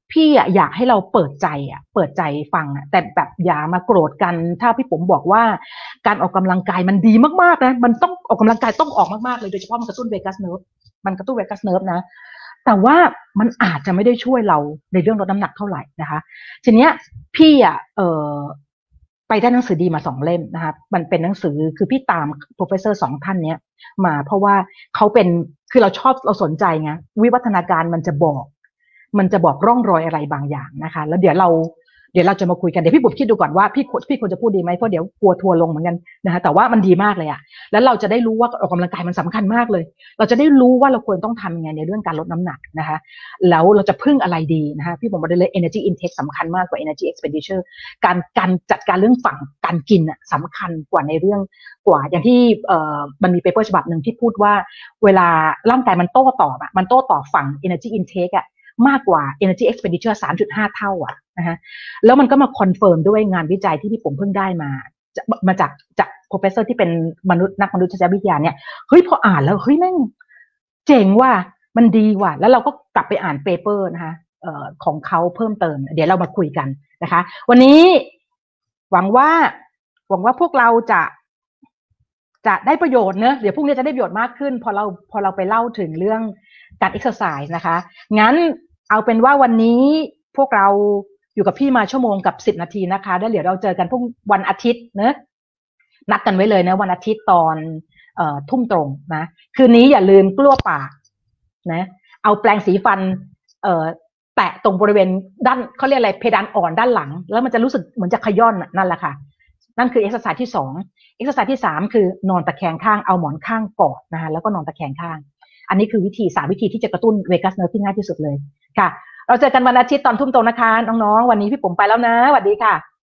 พี่อยากให้เราเปิดใจเปิดใจฟังแต่แบบอย่ามาโกรธกันถ้าพี่ผมบอกว่าการออกกำลังกายมันดีมากๆนะมันต้องออกกำลังกายต้องออกมากๆเลยโดยเฉพาะมันกระตุ้นเวกัสเนิร์ฟมันกระตุ้นเวกัสเนิร์ฟนะแต่ว่ามันอาจจะไม่ได้ช่วยเราในเรื่องลดน้ำหนักเท่าไหร่นะคะทีเนี้ยพี่ไปได้หนังสือดีมา2 เล่มนะคะมันเป็นหนังสือคือพี่ตามโปรเฟสเซอร์2 ท่านเนี้ยมาเพราะว่าเขาเป็นคือเราชอบเราสนใจไงวิวัฒนาการมันจะบอกร่องรอยอะไรบางอย่างนะคะแล้วเดี๋ยวเราจะมาคุยกันเดี๋ยวพี่บุ๋มคิดดูก่อนว่าพี่ควรจะพูดดีไหมเพราะเดี๋ยวกลัวทัวร์ลงเหมือนกันนะคะแต่ว่ามันดีมากเลยอะแล้วเราจะได้รู้ว่าออกกำลังกายมันสำคัญมากเลยเราจะได้รู้ว่าเราควรต้องทำยังไงในเรื่องการลดน้ำหนักนะคะแล้วเราจะพึ่งอะไรดีนะคะพี่ผมบอกได้เลย energy intake สำคัญมากกว่า energy expenditure การจัดการเรื่องฝั่งการกินอะสำคัญกว่าในเรื่องกว่าอย่างที่มันมีเปเปอร์ฉบับหนึ่งที่พูดว่าเวลาร่างกายมันโต้ตอบอะมันโต้ตอบฝั่ง energy intake อะมากกว่า energy expenditure 3.5 เท่าอ่ะนะคะแล้วมันก็มาคอนเฟิร์มด้วยงานวิจัยที่ผมเพิ่งได้มาจาก professor ที่เป็นนักมนุษยวิทยาเนี่ยเฮ้ยพออ่านแล้วเฮ้ยแม่งเจ๋งว่ะมันดีว่ะแล้วเราก็กลับไปอ่านเปเปอร์นะคะของเขาเพิ่มเติมเดี๋ยวเรามาคุยกันนะคะวันนี้หวังว่าพวกเราจะได้ประโยชน์เนอะเดี๋ยวพรุ่งนี้จะได้ประโยชน์มากขึ้นพอเราไปเล่าถึงเรื่องการเอ็กซ์ไซส์นะคะงั้นเอาเป็นว่าวันนี้พวกเราอยู่กับพี่มา1 ชั่วโมงกับ10 นาทีนะคะแล้วเดี๋ยวเราเจอกันพรุ่งวันอาทิตย์เนอะนัดกันไว้เลยนะวันอาทิตย์ตอนทุ่มตรงนะคืนนี้อย่าลืมกลั้วปากนะเอาแปรงสีฟันแตะตรงบริเวณด้านเขาเรียกอะไรเพดานอ่อนด้านหลังแล้วมันจะรู้สึกเหมือนจะขย้อนนั่นแหละค่ะนั่นคือเอ็กซ์ไซส์ที่2เอ็กซ์ไซส์ที่3คือนอนตะแคงข้างเอาหมอนข้างกอดนะคะแล้วก็นอนตะแคงข้างอันนี้คือ3 วิธีที่จะกระตุ้นเวกัสเนิร์ฟที่ง่ายที่สุดเลยค่ะเราเจอกันวันอาทิตย์ตอนทุ่มตรงนะคะน้องๆวันนี้พี่ปุ๋มไปแล้วนะสวัสดีค่ะ